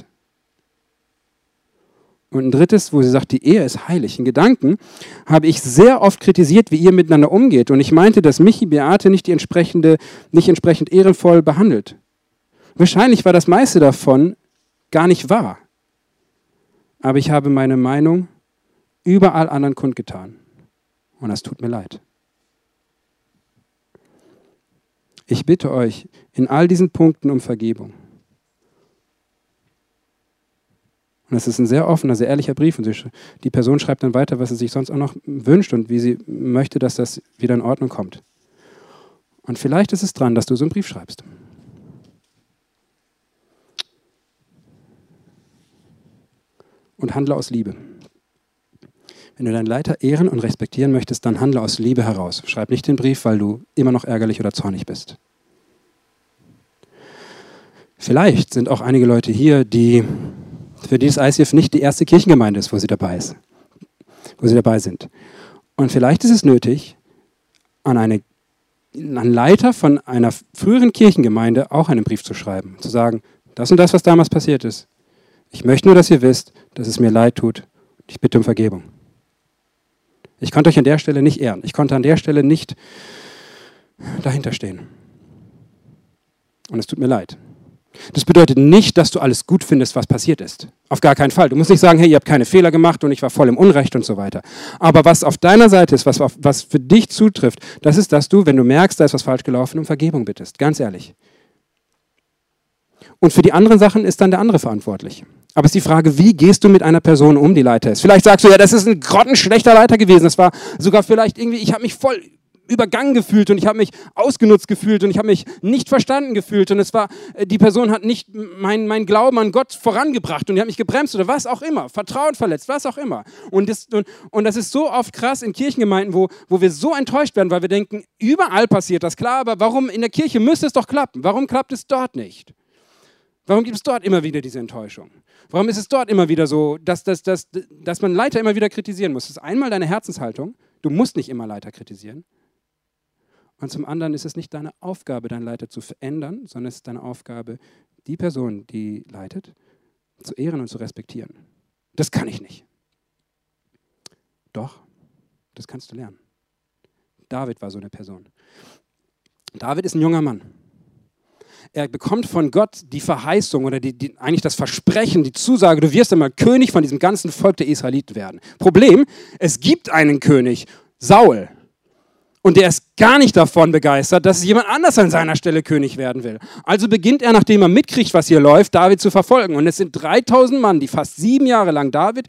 Und ein drittes, wo sie sagt, die Ehe ist heilig. In Gedanken habe ich sehr oft kritisiert, wie ihr miteinander umgeht. Und ich meinte, dass Michi Beate nicht entsprechend ehrenvoll behandelt. Wahrscheinlich war das meiste davon gar nicht wahr. Aber ich habe meine Meinung überall anderen kundgetan. Und das tut mir leid. Ich bitte euch in all diesen Punkten um Vergebung. Und es ist ein sehr offener, sehr ehrlicher Brief. Und die Person schreibt dann weiter, was sie sich sonst auch noch wünscht und wie sie möchte, dass das wieder in Ordnung kommt. Und vielleicht ist es dran, dass du so einen Brief schreibst. Und handle aus Liebe. Wenn du deinen Leiter ehren und respektieren möchtest, dann handle aus Liebe heraus. Schreib nicht den Brief, weil du immer noch ärgerlich oder zornig bist. Vielleicht sind auch einige Leute hier, für die das ICF nicht die erste Kirchengemeinde ist, wo sie dabei sind. Und vielleicht ist es nötig, an einen Leiter von einer früheren Kirchengemeinde auch einen Brief zu schreiben. Zu sagen, das und das, was damals passiert ist. Ich möchte nur, dass ihr wisst, dass es mir leid tut. Ich bitte um Vergebung. Ich konnte euch an der Stelle nicht ehren. Ich konnte an der Stelle nicht dahinter stehen. Und es tut mir leid. Das bedeutet nicht, dass du alles gut findest, was passiert ist. Auf gar keinen Fall. Du musst nicht sagen, hey, ihr habt keine Fehler gemacht und ich war voll im Unrecht und so weiter. Aber was auf deiner Seite ist, was für dich zutrifft, das ist, dass du, wenn du merkst, da ist was falsch gelaufen, um Vergebung bittest. Ganz ehrlich. Und für die anderen Sachen ist dann der andere verantwortlich. Aber es ist die Frage, wie gehst du mit einer Person um, die Leiter ist? Vielleicht sagst du, ja, das ist ein grottenschlechter Leiter gewesen. Das war sogar vielleicht irgendwie, ich habe mich voll übergangen gefühlt und ich habe mich ausgenutzt gefühlt und ich habe mich nicht verstanden gefühlt und die Person hat nicht mein Glauben an Gott vorangebracht und die hat mich gebremst oder was auch immer, Vertrauen verletzt, was auch immer. Und das ist so oft krass in Kirchengemeinden, wo wir so enttäuscht werden, weil wir denken, überall passiert das, klar, aber warum in der Kirche müsste es doch klappen? Warum klappt es dort nicht? Warum gibt es dort immer wieder diese Enttäuschung? Warum ist es dort immer wieder so, dass man Leiter immer wieder kritisieren muss? Das ist einmal deine Herzenshaltung, du musst nicht immer Leiter kritisieren. Und zum anderen ist es nicht deine Aufgabe, deinen Leiter zu verändern, sondern es ist deine Aufgabe, die Person, die leitet, zu ehren und zu respektieren. Das kann ich nicht. Doch, das kannst du lernen. David war so eine Person. David ist ein junger Mann. Er bekommt von Gott die Verheißung oder eigentlich das Versprechen, die Zusage, du wirst einmal König von diesem ganzen Volk der Israeliten werden. Problem, es gibt einen König, Saul. Und der ist gar nicht davon begeistert, dass jemand anders an seiner Stelle König werden will. Also beginnt er, nachdem er mitkriegt, was hier läuft, David zu verfolgen. Und es sind 3000 Mann, die fast 7 Jahre lang David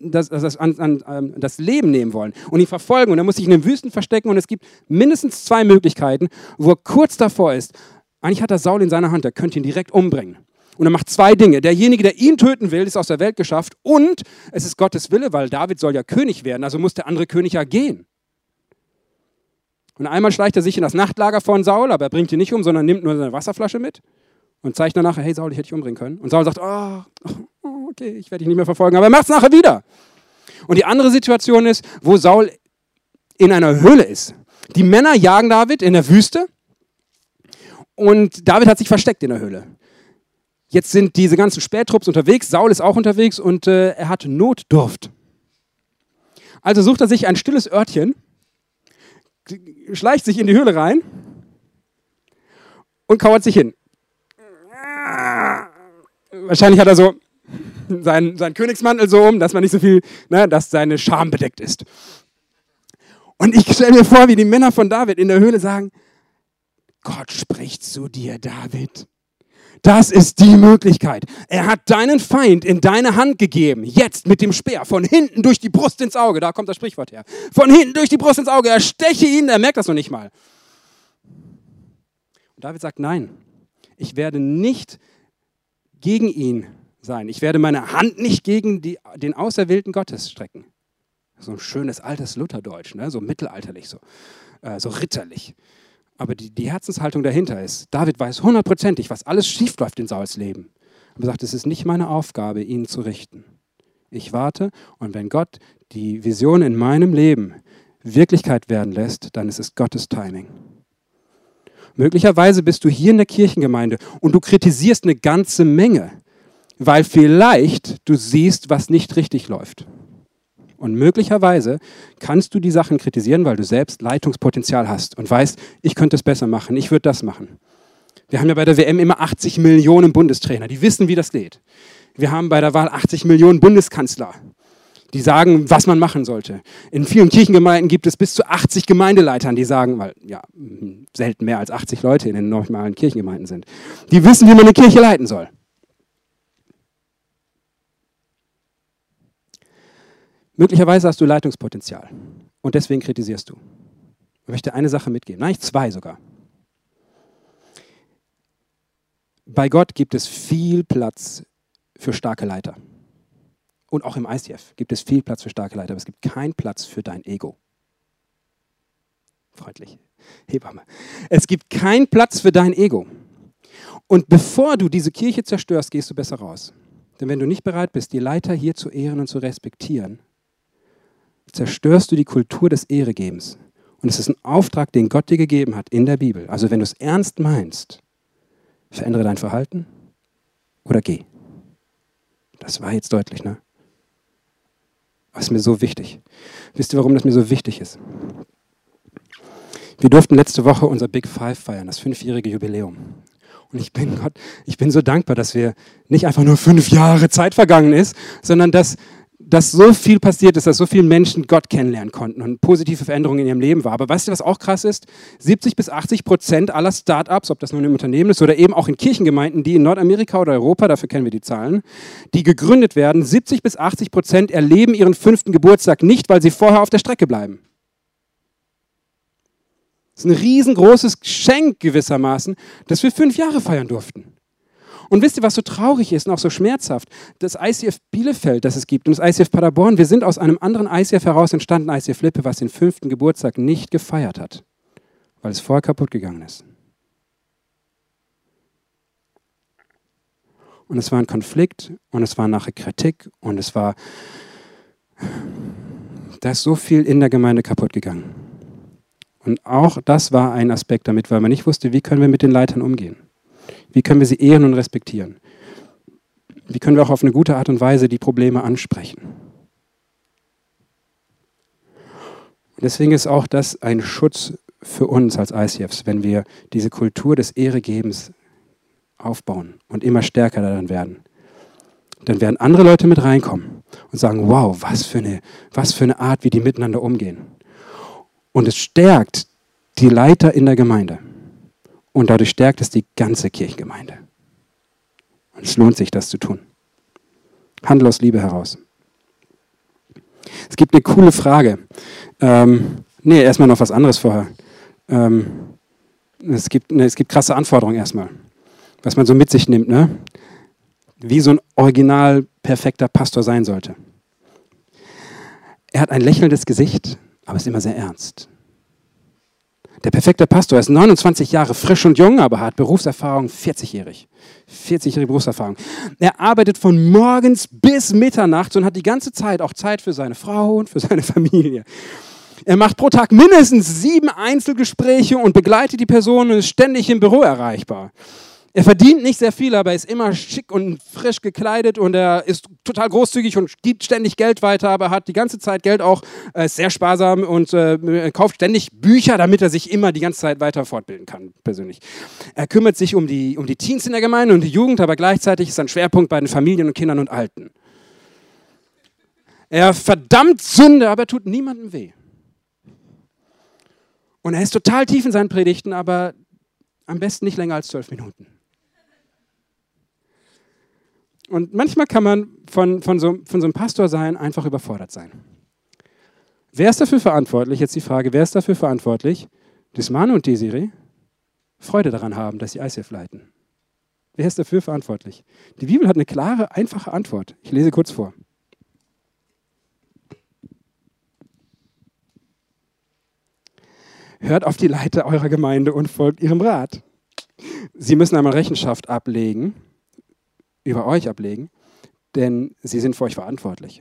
das Leben nehmen wollen und ihn verfolgen. Und er muss sich in den Wüsten verstecken. Und es gibt mindestens 2 Möglichkeiten, wo er kurz davor ist. Eigentlich hat er Saul in seiner Hand, er könnte ihn direkt umbringen. Und er macht 2 Dinge. Derjenige, der ihn töten will, ist aus der Welt geschafft. Und es ist Gottes Wille, weil David soll ja König werden. Also muss der andere König ja gehen. Und einmal schleicht er sich in das Nachtlager von Saul, aber er bringt ihn nicht um, sondern nimmt nur seine Wasserflasche mit und zeigt dann nachher, hey Saul, ich hätte dich umbringen können. Und Saul sagt, okay, ich werde dich nicht mehr verfolgen, aber er macht es nachher wieder. Und die andere Situation ist, wo Saul in einer Höhle ist. Die Männer jagen David in der Wüste und David hat sich versteckt in der Höhle. Jetzt sind diese ganzen Spähtrupps unterwegs, Saul ist auch unterwegs und er hat Notdurft. Also sucht er sich ein stilles Örtchen, schleicht sich in die Höhle rein und kauert sich hin. Wahrscheinlich hat er so seinen Königsmantel so dass man nicht so viel, dass seine Scham bedeckt ist. Und ich stelle mir vor, wie die Männer von David in der Höhle sagen, Gott spricht zu dir, David. Das ist die Möglichkeit. Er hat deinen Feind in deine Hand gegeben. Jetzt mit dem Speer. Von hinten durch die Brust ins Auge. Da kommt das Sprichwort her. Von hinten durch die Brust ins Auge. Er steche ihn. Er merkt das noch nicht mal. Und David sagt, nein. Ich werde nicht gegen ihn sein. Ich werde meine Hand nicht gegen den Auserwählten Gottes strecken. So ein schönes altes Lutherdeutsch. So mittelalterlich. So ritterlich. Aber die Herzenshaltung dahinter ist, David weiß 100%, was alles schief läuft in Sauls Leben. Aber er sagt, es ist nicht meine Aufgabe, ihn zu richten. Ich warte und wenn Gott die Vision in meinem Leben Wirklichkeit werden lässt, dann ist es Gottes Timing. Möglicherweise bist du hier in der Kirchengemeinde und du kritisierst eine ganze Menge, weil vielleicht du siehst, was nicht richtig läuft. Und möglicherweise kannst du die Sachen kritisieren, weil du selbst Leitungspotenzial hast und weißt, ich könnte es besser machen, ich würde das machen. Wir haben ja bei der WM immer 80 Millionen Bundestrainer, die wissen, wie das geht. Wir haben bei der Wahl 80 Millionen Bundeskanzler, die sagen, was man machen sollte. In vielen Kirchengemeinden gibt es bis zu 80 Gemeindeleitern, die sagen, weil ja selten mehr als 80 Leute in den normalen Kirchengemeinden sind, die wissen, wie man eine Kirche leiten soll. Möglicherweise hast du Leitungspotenzial und deswegen kritisierst du. Ich möchte eine Sache mitgeben, nein, 2 sogar. Bei Gott gibt es viel Platz für starke Leiter. Und auch im ICF gibt es viel Platz für starke Leiter, aber es gibt keinen Platz für dein Ego. Freundlich, Hebamme. Es gibt keinen Platz für dein Ego. Und bevor du diese Kirche zerstörst, gehst du besser raus. Denn wenn du nicht bereit bist, die Leiter hier zu ehren und zu respektieren, zerstörst du die Kultur des Ehregebens. Und es ist ein Auftrag, den Gott dir gegeben hat in der Bibel. Also wenn du es ernst meinst, verändere dein Verhalten oder geh. Das war jetzt deutlich, ne? Das ist mir so wichtig. Wisst ihr, warum das mir so wichtig ist? Wir durften letzte Woche unser Big Five feiern, das 5-jährige Jubiläum. Und ich bin so dankbar, dass wir nicht einfach nur 5 Jahre Zeit vergangen ist, sondern dass so viel passiert ist, dass so viele Menschen Gott kennenlernen konnten und positive Veränderungen in ihrem Leben war. Aber weißt du, was auch krass ist? 70-80% aller Startups, ob das nun im Unternehmen ist oder eben auch in Kirchengemeinden, die in Nordamerika oder Europa, dafür kennen wir die Zahlen, die gegründet werden, 70-80% erleben ihren 5. Geburtstag nicht, weil sie vorher auf der Strecke bleiben. Das ist ein riesengroßes Geschenk gewissermaßen, dass wir 5 Jahre feiern durften. Und wisst ihr, was so traurig ist und auch so schmerzhaft? Das ICF Bielefeld, das es gibt, und das ICF Paderborn, wir sind aus einem anderen ICF heraus entstanden, ICF Lippe, was den 5. Geburtstag nicht gefeiert hat, weil es vorher kaputt gegangen ist. Und es war ein Konflikt und es war nachher Kritik und da ist so viel in der Gemeinde kaputt gegangen. Und auch das war ein Aspekt damit, weil man nicht wusste, wie können wir mit den Leitern umgehen. Wie können wir sie ehren und respektieren? Wie können wir auch auf eine gute Art und Weise die Probleme ansprechen? Und deswegen ist auch das ein Schutz für uns als ICFs, wenn wir diese Kultur des Ehregebens aufbauen und immer stärker darin werden. Dann werden andere Leute mit reinkommen und sagen, wow, was für eine Art, wie die miteinander umgehen. Und es stärkt die Leiter in der Gemeinde. Und dadurch stärkt es die ganze Kirchengemeinde. Und es lohnt sich, das zu tun. Handle aus Liebe heraus. Es gibt eine coole Frage. Erstmal noch was anderes vorher. Es gibt krasse Anforderungen erstmal, was man so mit sich nimmt, ne? Wie so ein original perfekter Pastor sein sollte. Er hat ein lächelndes Gesicht, aber ist immer sehr ernst. Der perfekte Pastor ist 29 Jahre frisch und jung, aber hat Berufserfahrung 40-jährig. 40-jährige Berufserfahrung. Er arbeitet von morgens bis Mitternachts und hat die ganze Zeit auch Zeit für seine Frau und für seine Familie. Er macht pro Tag mindestens 7 Einzelgespräche und begleitet die Person und ist ständig im Büro erreichbar. Er verdient nicht sehr viel, aber er ist immer schick und frisch gekleidet und er ist total großzügig und gibt ständig Geld weiter, aber hat die ganze Zeit Geld auch, ist sehr sparsam und kauft ständig Bücher, damit er sich immer die ganze Zeit weiter fortbilden kann, persönlich. Er kümmert sich um die Teens in der Gemeinde und die Jugend, aber gleichzeitig ist sein Schwerpunkt bei den Familien und Kindern und Alten. Er verdammt Sünde, aber er tut niemandem weh. Und er ist total tief in seinen Predigten, aber am besten nicht länger als 12 Minuten. Und manchmal kann man von so einem Pastor sein einfach überfordert sein. Wer ist dafür verantwortlich? Jetzt die Frage, wer ist dafür verantwortlich, dass Manu und Desiree Freude daran haben, dass sie ICF leiten? Wer ist dafür verantwortlich? Die Bibel hat eine klare, einfache Antwort. Ich lese kurz vor. Hört auf die Leiter eurer Gemeinde und folgt ihrem Rat. Sie müssen einmal Rechenschaft ablegen, über euch ablegen, denn sie sind für euch verantwortlich.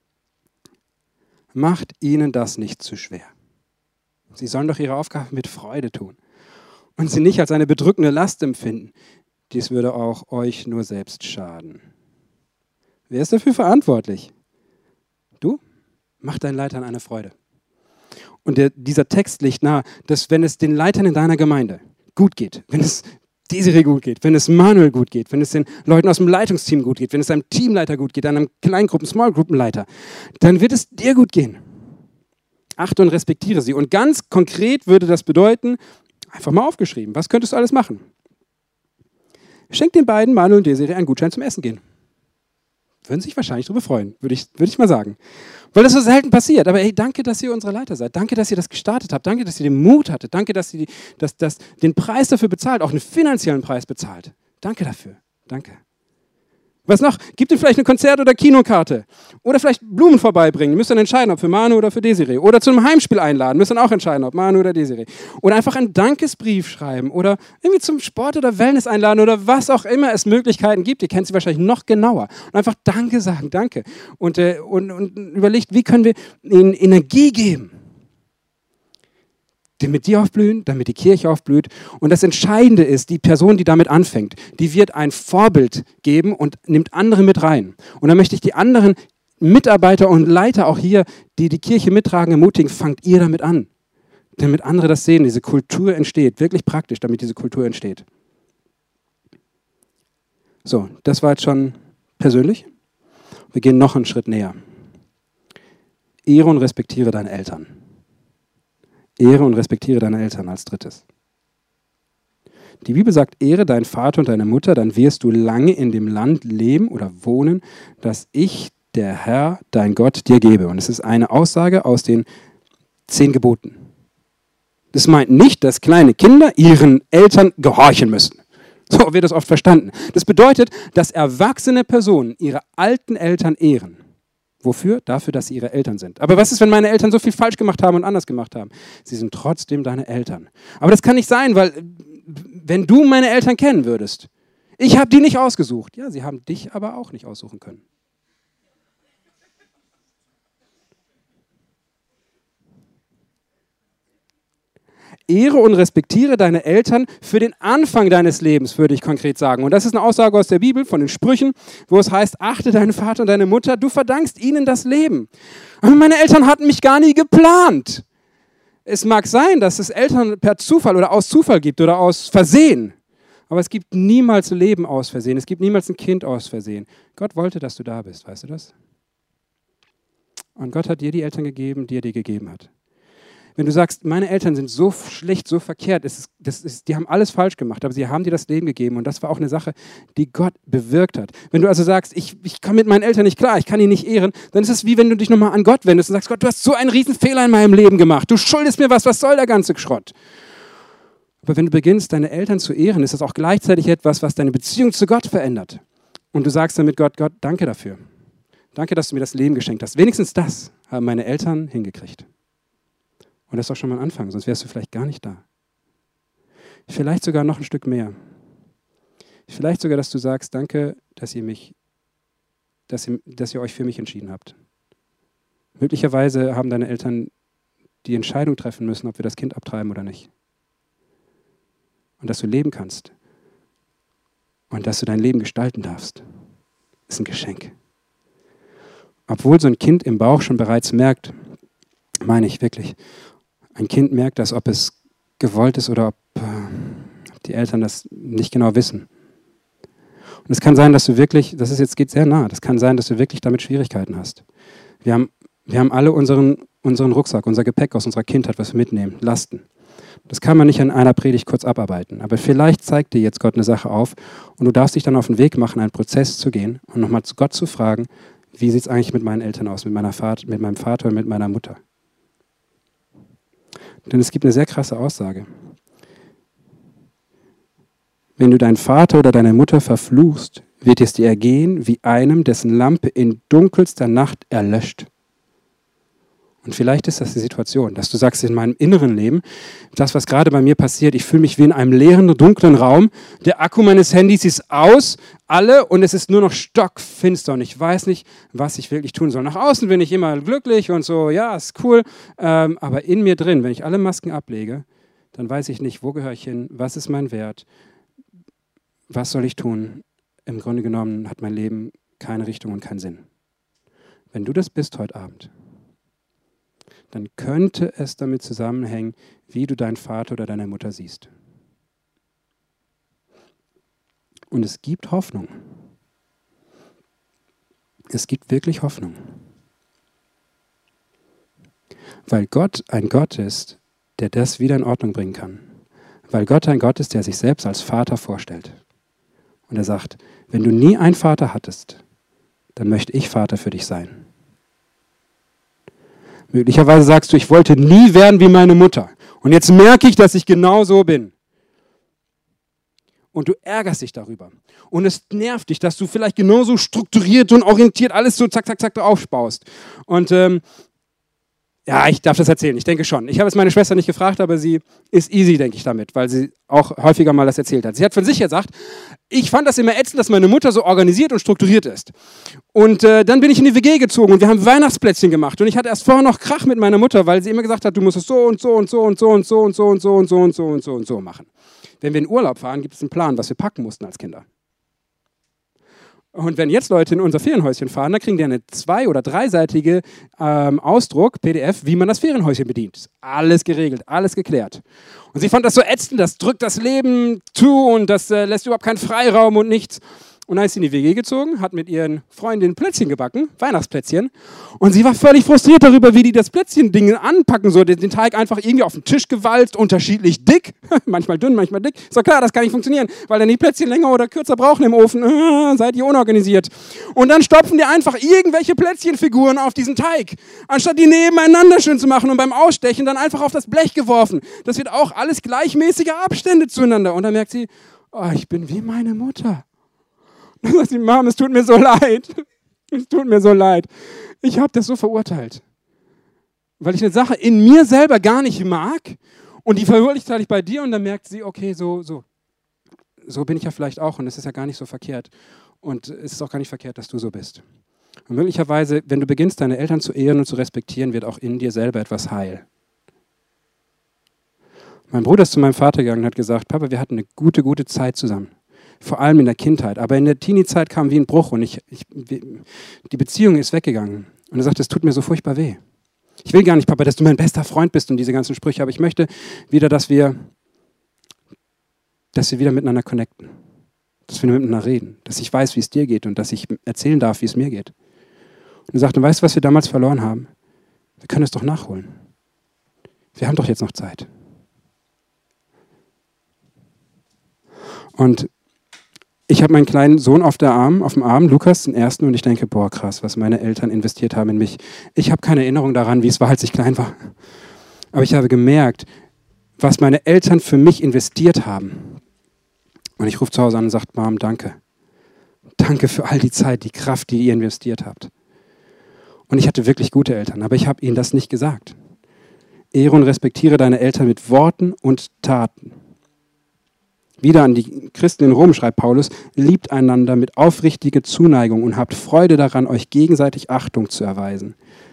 Macht ihnen das nicht zu schwer. Sie sollen doch ihre Aufgabe mit Freude tun und sie nicht als eine bedrückende Last empfinden. Dies würde auch euch nur selbst schaden. Wer ist dafür verantwortlich? Du? Mach deinen Leitern eine Freude. Und dieser Text legt nahe, dass wenn es den Leitern in deiner Gemeinde gut geht, wenn es Desiree gut geht, wenn es Manuel gut geht, wenn es den Leuten aus dem Leitungsteam gut geht, wenn es deinem Teamleiter gut geht, deinem Smallgruppenleiter, dann wird es dir gut gehen. Achte und respektiere sie. Und ganz konkret würde das bedeuten, einfach mal aufgeschrieben, was könntest du alles machen? Schenk den beiden, Manuel und Desiree, einen Gutschein zum Essen gehen. Würden sich wahrscheinlich darüber freuen, würde ich mal sagen. Weil das so selten passiert. Aber hey, danke, dass ihr unsere Leiter seid. Danke, dass ihr das gestartet habt. Danke, dass ihr den Mut hattet. Danke, dass ihr den Preis dafür bezahlt, auch einen finanziellen Preis bezahlt. Danke dafür. Danke. Was noch? Gibt es vielleicht eine Konzert- oder Kinokarte? Oder vielleicht Blumen vorbeibringen. Ihr müsst dann entscheiden, ob für Manu oder für Desiree. Oder zu einem Heimspiel einladen. Müsst dann auch entscheiden, ob Manu oder Desiree. Oder einfach einen Dankesbrief schreiben. Oder irgendwie zum Sport oder Wellness einladen. Oder was auch immer es Möglichkeiten gibt. Ihr kennt sie wahrscheinlich noch genauer. Und einfach Danke sagen. Danke. Und überlegt, wie können wir ihnen Energie geben? Damit die aufblühen, damit die Kirche aufblüht. Und das Entscheidende ist, die Person, die damit anfängt, die wird ein Vorbild geben und nimmt andere mit rein. Und dann möchte ich die anderen Mitarbeiter und Leiter auch hier, die die Kirche mittragen, ermutigen, fangt ihr damit an. Damit andere das sehen, diese Kultur entsteht. Wirklich praktisch, damit diese Kultur entsteht. So, das war jetzt schon persönlich. Wir gehen noch einen Schritt näher. Ehre und respektiere deine Eltern. Ehre und respektiere deine Eltern als drittes. Die Bibel sagt, ehre deinen Vater und deine Mutter, dann wirst du lange in dem Land leben oder wohnen, das ich, der Herr, dein Gott, dir gebe. Und es ist eine Aussage aus den 10 Geboten. Das meint nicht, dass kleine Kinder ihren Eltern gehorchen müssen. So wird das oft verstanden. Das bedeutet, dass erwachsene Personen ihre alten Eltern ehren. Wofür? Dafür, dass sie ihre Eltern sind. Aber was ist, wenn meine Eltern so viel falsch gemacht haben und anders gemacht haben? Sie sind trotzdem deine Eltern. Aber das kann nicht sein, weil wenn du meine Eltern kennen würdest, ich habe die nicht ausgesucht. Ja, sie haben dich aber auch nicht aussuchen können. Ehre und respektiere deine Eltern für den Anfang deines Lebens, würde ich konkret sagen. Und das ist eine Aussage aus der Bibel, von den Sprüchen, wo es heißt, achte deinen Vater und deine Mutter, du verdankst ihnen das Leben. Aber meine Eltern hatten mich gar nie geplant. Es mag sein, dass es Eltern per Zufall oder aus Zufall gibt oder aus Versehen. Aber es gibt niemals Leben aus Versehen. Es gibt niemals ein Kind aus Versehen. Gott wollte, dass du da bist, weißt du das? Und Gott hat dir die Eltern gegeben, die er dir gegeben hat. Wenn du sagst, meine Eltern sind so schlecht, so verkehrt, die haben alles falsch gemacht, aber sie haben dir das Leben gegeben und das war auch eine Sache, die Gott bewirkt hat. Wenn du also sagst, ich komme mit meinen Eltern nicht klar, ich kann ihn nicht ehren, dann ist es wie wenn du dich nochmal an Gott wendest und sagst, Gott, du hast so einen riesen Fehler in meinem Leben gemacht, du schuldest mir was soll der ganze Schrott? Aber wenn du beginnst, deine Eltern zu ehren, ist das auch gleichzeitig etwas, was deine Beziehung zu Gott verändert. Und du sagst damit Gott, danke dafür. Danke, dass du mir das Leben geschenkt hast. Wenigstens das haben meine Eltern hingekriegt. Und das ist doch schon mal ein Anfang, sonst wärst du vielleicht gar nicht da. Vielleicht sogar noch ein Stück mehr. Vielleicht sogar, dass du sagst, danke, dass ihr euch für mich entschieden habt. Möglicherweise haben deine Eltern die Entscheidung treffen müssen, ob wir das Kind abtreiben oder nicht. Und dass du leben kannst. Und dass du dein Leben gestalten darfst, ist ein Geschenk. Obwohl so ein Kind im Bauch schon bereits merkt, meine ich wirklich, ein Kind merkt das, ob es gewollt ist oder ob die Eltern das nicht genau wissen. Und es kann sein, dass du wirklich, geht sehr nah, das kann sein, dass du wirklich damit Schwierigkeiten hast. Wir haben alle unseren Rucksack, unser Gepäck aus unserer Kindheit, was wir mitnehmen, Lasten. Das kann man nicht in einer Predigt kurz abarbeiten. Aber vielleicht zeigt dir jetzt Gott eine Sache auf und du darfst dich dann auf den Weg machen, einen Prozess zu gehen und nochmal zu Gott zu fragen, wie sieht es eigentlich mit meinen Eltern aus, mit meinem Vater und mit meiner Mutter. Denn es gibt eine sehr krasse Aussage. Wenn du deinen Vater oder deine Mutter verfluchst, wird es dir ergehen wie einem, dessen Lampe in dunkelster Nacht erlöscht. Und vielleicht ist das die Situation, dass du sagst, in meinem inneren Leben, das, was gerade bei mir passiert, ich fühle mich wie in einem leeren, dunklen Raum, der Akku meines Handys ist aus, und es ist nur noch stockfinster und ich weiß nicht, was ich wirklich tun soll. Nach außen bin ich immer glücklich und so, ja, ist cool, aber in mir drin, wenn ich alle Masken ablege, dann weiß ich nicht, wo gehöre ich hin, was ist mein Wert, was soll ich tun. Im Grunde genommen hat mein Leben keine Richtung und keinen Sinn. Wenn du das bist heute Abend, dann könnte es damit zusammenhängen, wie du deinen Vater oder deine Mutter siehst. Und es gibt Hoffnung. Es gibt wirklich Hoffnung. Weil Gott ein Gott ist, der das wieder in Ordnung bringen kann. Weil Gott ein Gott ist, der sich selbst als Vater vorstellt. Und er sagt, wenn du nie einen Vater hattest, dann möchte ich Vater für dich sein. Möglicherweise sagst du, ich wollte nie werden wie meine Mutter. Und jetzt merke ich, dass ich genau so bin. Und du ärgerst dich darüber. Und es nervt dich, dass du vielleicht genauso strukturiert und orientiert alles so zack, zack, zack aufbaust. Und ja, ich darf das erzählen, ich denke schon. Ich habe es meine Schwester nicht gefragt, aber sie ist easy, denke ich, damit, weil sie auch häufiger mal das erzählt hat. Sie hat von sich gesagt, ich fand das immer ätzend, dass meine Mutter so organisiert und strukturiert ist. Und dann bin ich in die WG gezogen und wir haben Weihnachtsplätzchen gemacht. Und ich hatte erst vorher noch Krach mit meiner Mutter, weil sie immer gesagt hat, du musst es so und so und so und so und so und so und so und so und so und so und so machen. Wenn wir in Urlaub fahren, gibt es einen Plan, was wir packen mussten als Kinder. Und wenn jetzt Leute in unser Ferienhäuschen fahren, dann kriegen die eine 2- oder 3-seitige Ausdruck, PDF, wie man das Ferienhäuschen bedient. Ist alles geregelt, alles geklärt. Und sie fand das so ätzend, das drückt das Leben zu und das lässt überhaupt keinen Freiraum und nichts. Und dann ist sie in die WG gezogen, hat mit ihren Freundinnen Plätzchen gebacken, Weihnachtsplätzchen. Und sie war völlig frustriert darüber, wie die das Plätzchen-Ding anpacken, so den Teig einfach irgendwie auf den Tisch gewalzt, unterschiedlich dick, manchmal dünn, manchmal dick. Ist doch klar, das kann nicht funktionieren, weil dann die Plätzchen länger oder kürzer brauchen im Ofen. Seid ihr unorganisiert. Und dann stopfen die einfach irgendwelche Plätzchenfiguren auf diesen Teig, anstatt die nebeneinander schön zu machen und beim Ausstechen dann einfach auf das Blech geworfen. Das wird auch alles gleichmäßige Abstände zueinander. Und dann merkt sie, oh, ich bin wie meine Mutter. Dann sagt sie, Mom, es tut mir so leid. Es tut mir so leid. Ich habe das so verurteilt. Weil ich eine Sache in mir selber gar nicht mag und die verurteile ich bei dir und dann merkt sie, okay, so bin ich ja vielleicht auch und es ist ja gar nicht so verkehrt. Und es ist auch gar nicht verkehrt, dass du so bist. Und möglicherweise, wenn du beginnst, deine Eltern zu ehren und zu respektieren, wird auch in dir selber etwas heil. Mein Bruder ist zu meinem Vater gegangen und hat gesagt, Papa, wir hatten eine gute Zeit zusammen. Vor allem in der Kindheit. Aber in der Teenie-Zeit kam wie ein Bruch und die Beziehung ist weggegangen. Und er sagt, es tut mir so furchtbar weh. Ich will gar nicht, Papa, dass du mein bester Freund bist und diese ganzen Sprüche, aber ich möchte wieder, dass wir wieder miteinander connecten. Dass wir miteinander reden. Dass ich weiß, wie es dir geht und dass ich erzählen darf, wie es mir geht. Und er sagt, weißt du, was wir damals verloren haben? Wir können es doch nachholen. Wir haben doch jetzt noch Zeit. Und ich habe meinen kleinen Sohn auf dem Arm, Lukas, den ersten, und ich denke, boah, krass, was meine Eltern investiert haben in mich. Ich habe keine Erinnerung daran, wie es war, als ich klein war. Aber ich habe gemerkt, was meine Eltern für mich investiert haben. Und ich rufe zu Hause an und sage, Mom, danke. Danke für all die Zeit, die Kraft, die ihr investiert habt. Und ich hatte wirklich gute Eltern, aber ich habe ihnen das nicht gesagt. Ehre und respektiere deine Eltern mit Worten und Taten. Wieder an die Christen in Rom schreibt Paulus, liebt einander mit aufrichtiger Zuneigung und habt Freude daran, euch gegenseitig Achtung zu erweisen.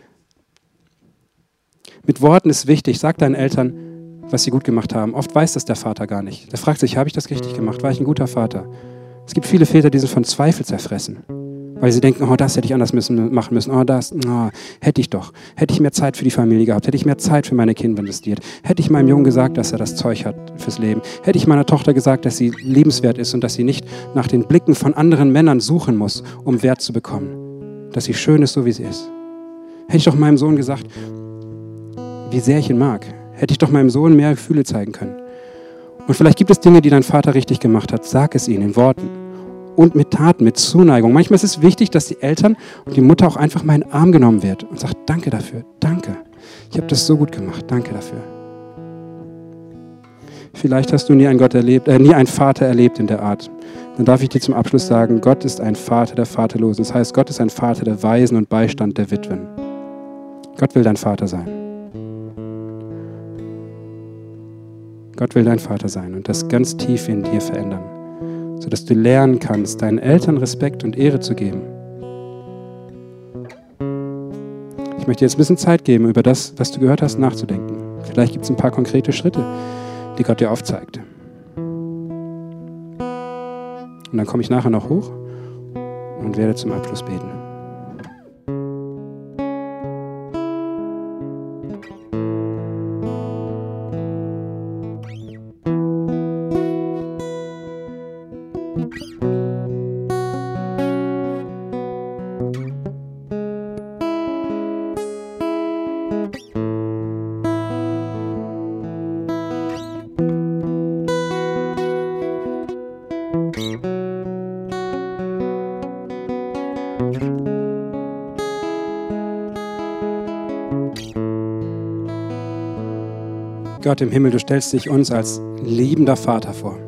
Mit Worten ist wichtig, sag deinen Eltern, was sie gut gemacht haben. Oft weiß das der Vater gar nicht. Der fragt sich, habe ich das richtig gemacht? War ich ein guter Vater? Es gibt viele Väter, die sind von Zweifel zerfressen, weil sie denken, oh, das hätte ich anders machen müssen, oh, das, oh, hätte ich doch. Hätte ich mehr Zeit für die Familie gehabt, hätte ich mehr Zeit für meine Kinder investiert, hätte ich meinem Jungen gesagt, dass er das Zeug hat fürs Leben, hätte ich meiner Tochter gesagt, dass sie liebenswert ist und dass sie nicht nach den Blicken von anderen Männern suchen muss, um Wert zu bekommen, dass sie schön ist, so wie sie ist. Hätte ich doch meinem Sohn gesagt, wie sehr ich ihn mag, hätte ich doch meinem Sohn mehr Gefühle zeigen können. Und vielleicht gibt es Dinge, die dein Vater richtig gemacht hat. Sag es ihnen in Worten und mit Taten, mit Zuneigung. Manchmal ist es wichtig, dass die Eltern und die Mutter auch einfach mal in den Arm genommen wird und sagt, danke dafür, danke. Ich habe das so gut gemacht, danke dafür. Vielleicht hast du nie einen Vater erlebt in der Art. Dann darf ich dir zum Abschluss sagen, Gott ist ein Vater der Vaterlosen. Das heißt, Gott ist ein Vater der Waisen und Beistand der Witwen. Gott will dein Vater sein. Gott will dein Vater sein und das ganz tief in dir verändern, sodass du lernen kannst, deinen Eltern Respekt und Ehre zu geben. Ich möchte dir jetzt ein bisschen Zeit geben, über das, was du gehört hast, nachzudenken. Vielleicht gibt es ein paar konkrete Schritte, die Gott dir aufzeigt. Und dann komme ich nachher noch hoch und werde zum Abschluss beten. Gott im Himmel, du stellst dich uns als liebender Vater vor.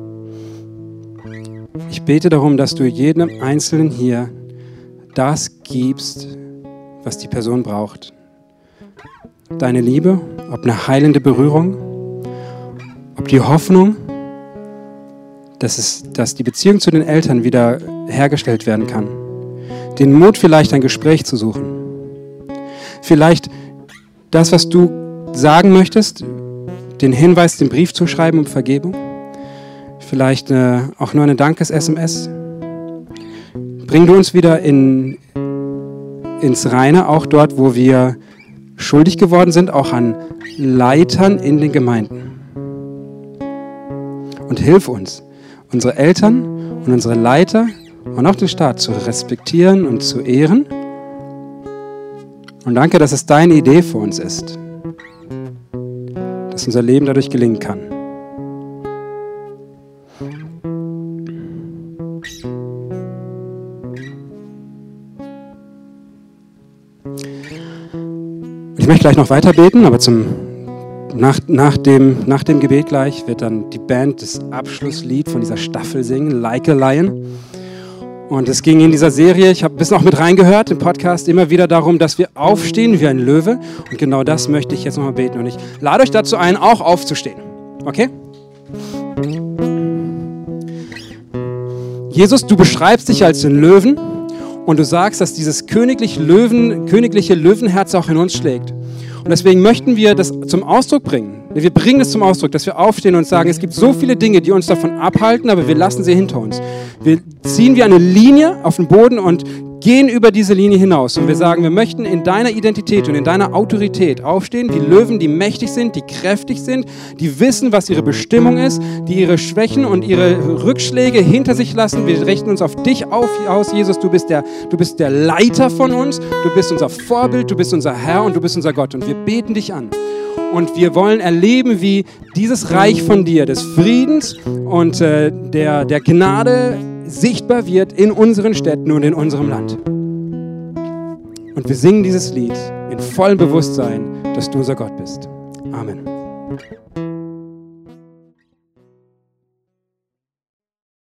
Ich bete darum, dass du jedem Einzelnen hier das gibst, was die Person braucht. Deine Liebe, ob eine heilende Berührung, ob die Hoffnung, dass die Beziehung zu den Eltern wieder hergestellt werden kann. Den Mut, vielleicht ein Gespräch zu suchen. Vielleicht das, was du sagen möchtest, den Hinweis, den Brief zu schreiben um Vergebung. Vielleicht auch nur eine Dankes-SMS. Bring du uns wieder ins Reine, auch dort, wo wir schuldig geworden sind, auch an Leitern in den Gemeinden. Und hilf uns, unsere Eltern und unsere Leiter und auch den Staat zu respektieren und zu ehren. Und danke, dass es deine Idee für uns ist, dass unser Leben dadurch gelingen kann. Ich möchte gleich noch weiter beten, aber nach dem Gebet gleich wird dann die Band das Abschlusslied von dieser Staffel singen, Like a Lion. Und es ging in dieser Serie, ich habe ein bisschen auch mit reingehört, im Podcast, immer wieder darum, dass wir aufstehen wie ein Löwe. Und genau das möchte ich jetzt nochmal beten. Und ich lade euch dazu ein, auch aufzustehen. Okay? Jesus, du beschreibst dich als den Löwen und du sagst, dass dieses königliche Löwenherz auch in uns schlägt. Und deswegen möchten wir das zum Ausdruck bringen. Wir bringen es zum Ausdruck, dass wir aufstehen und sagen, es gibt so viele Dinge, die uns davon abhalten, aber wir lassen sie hinter uns. Wir ziehen wie eine Linie auf den Boden und gehen über diese Linie hinaus. Und wir sagen, wir möchten in deiner Identität und in deiner Autorität aufstehen, wie Löwen, die mächtig sind, die kräftig sind, die wissen, was ihre Bestimmung ist, die ihre Schwächen und ihre Rückschläge hinter sich lassen. Wir richten uns auf dich aus, Jesus. Du bist der Leiter von uns, du bist unser Vorbild, du bist unser Herr und du bist unser Gott. Und wir beten dich an. Und wir wollen erleben, wie dieses Reich von dir, des Friedens und der Gnade sichtbar wird in unseren Städten und in unserem Land. Und wir singen dieses Lied in vollem Bewusstsein, dass du unser Gott bist. Amen.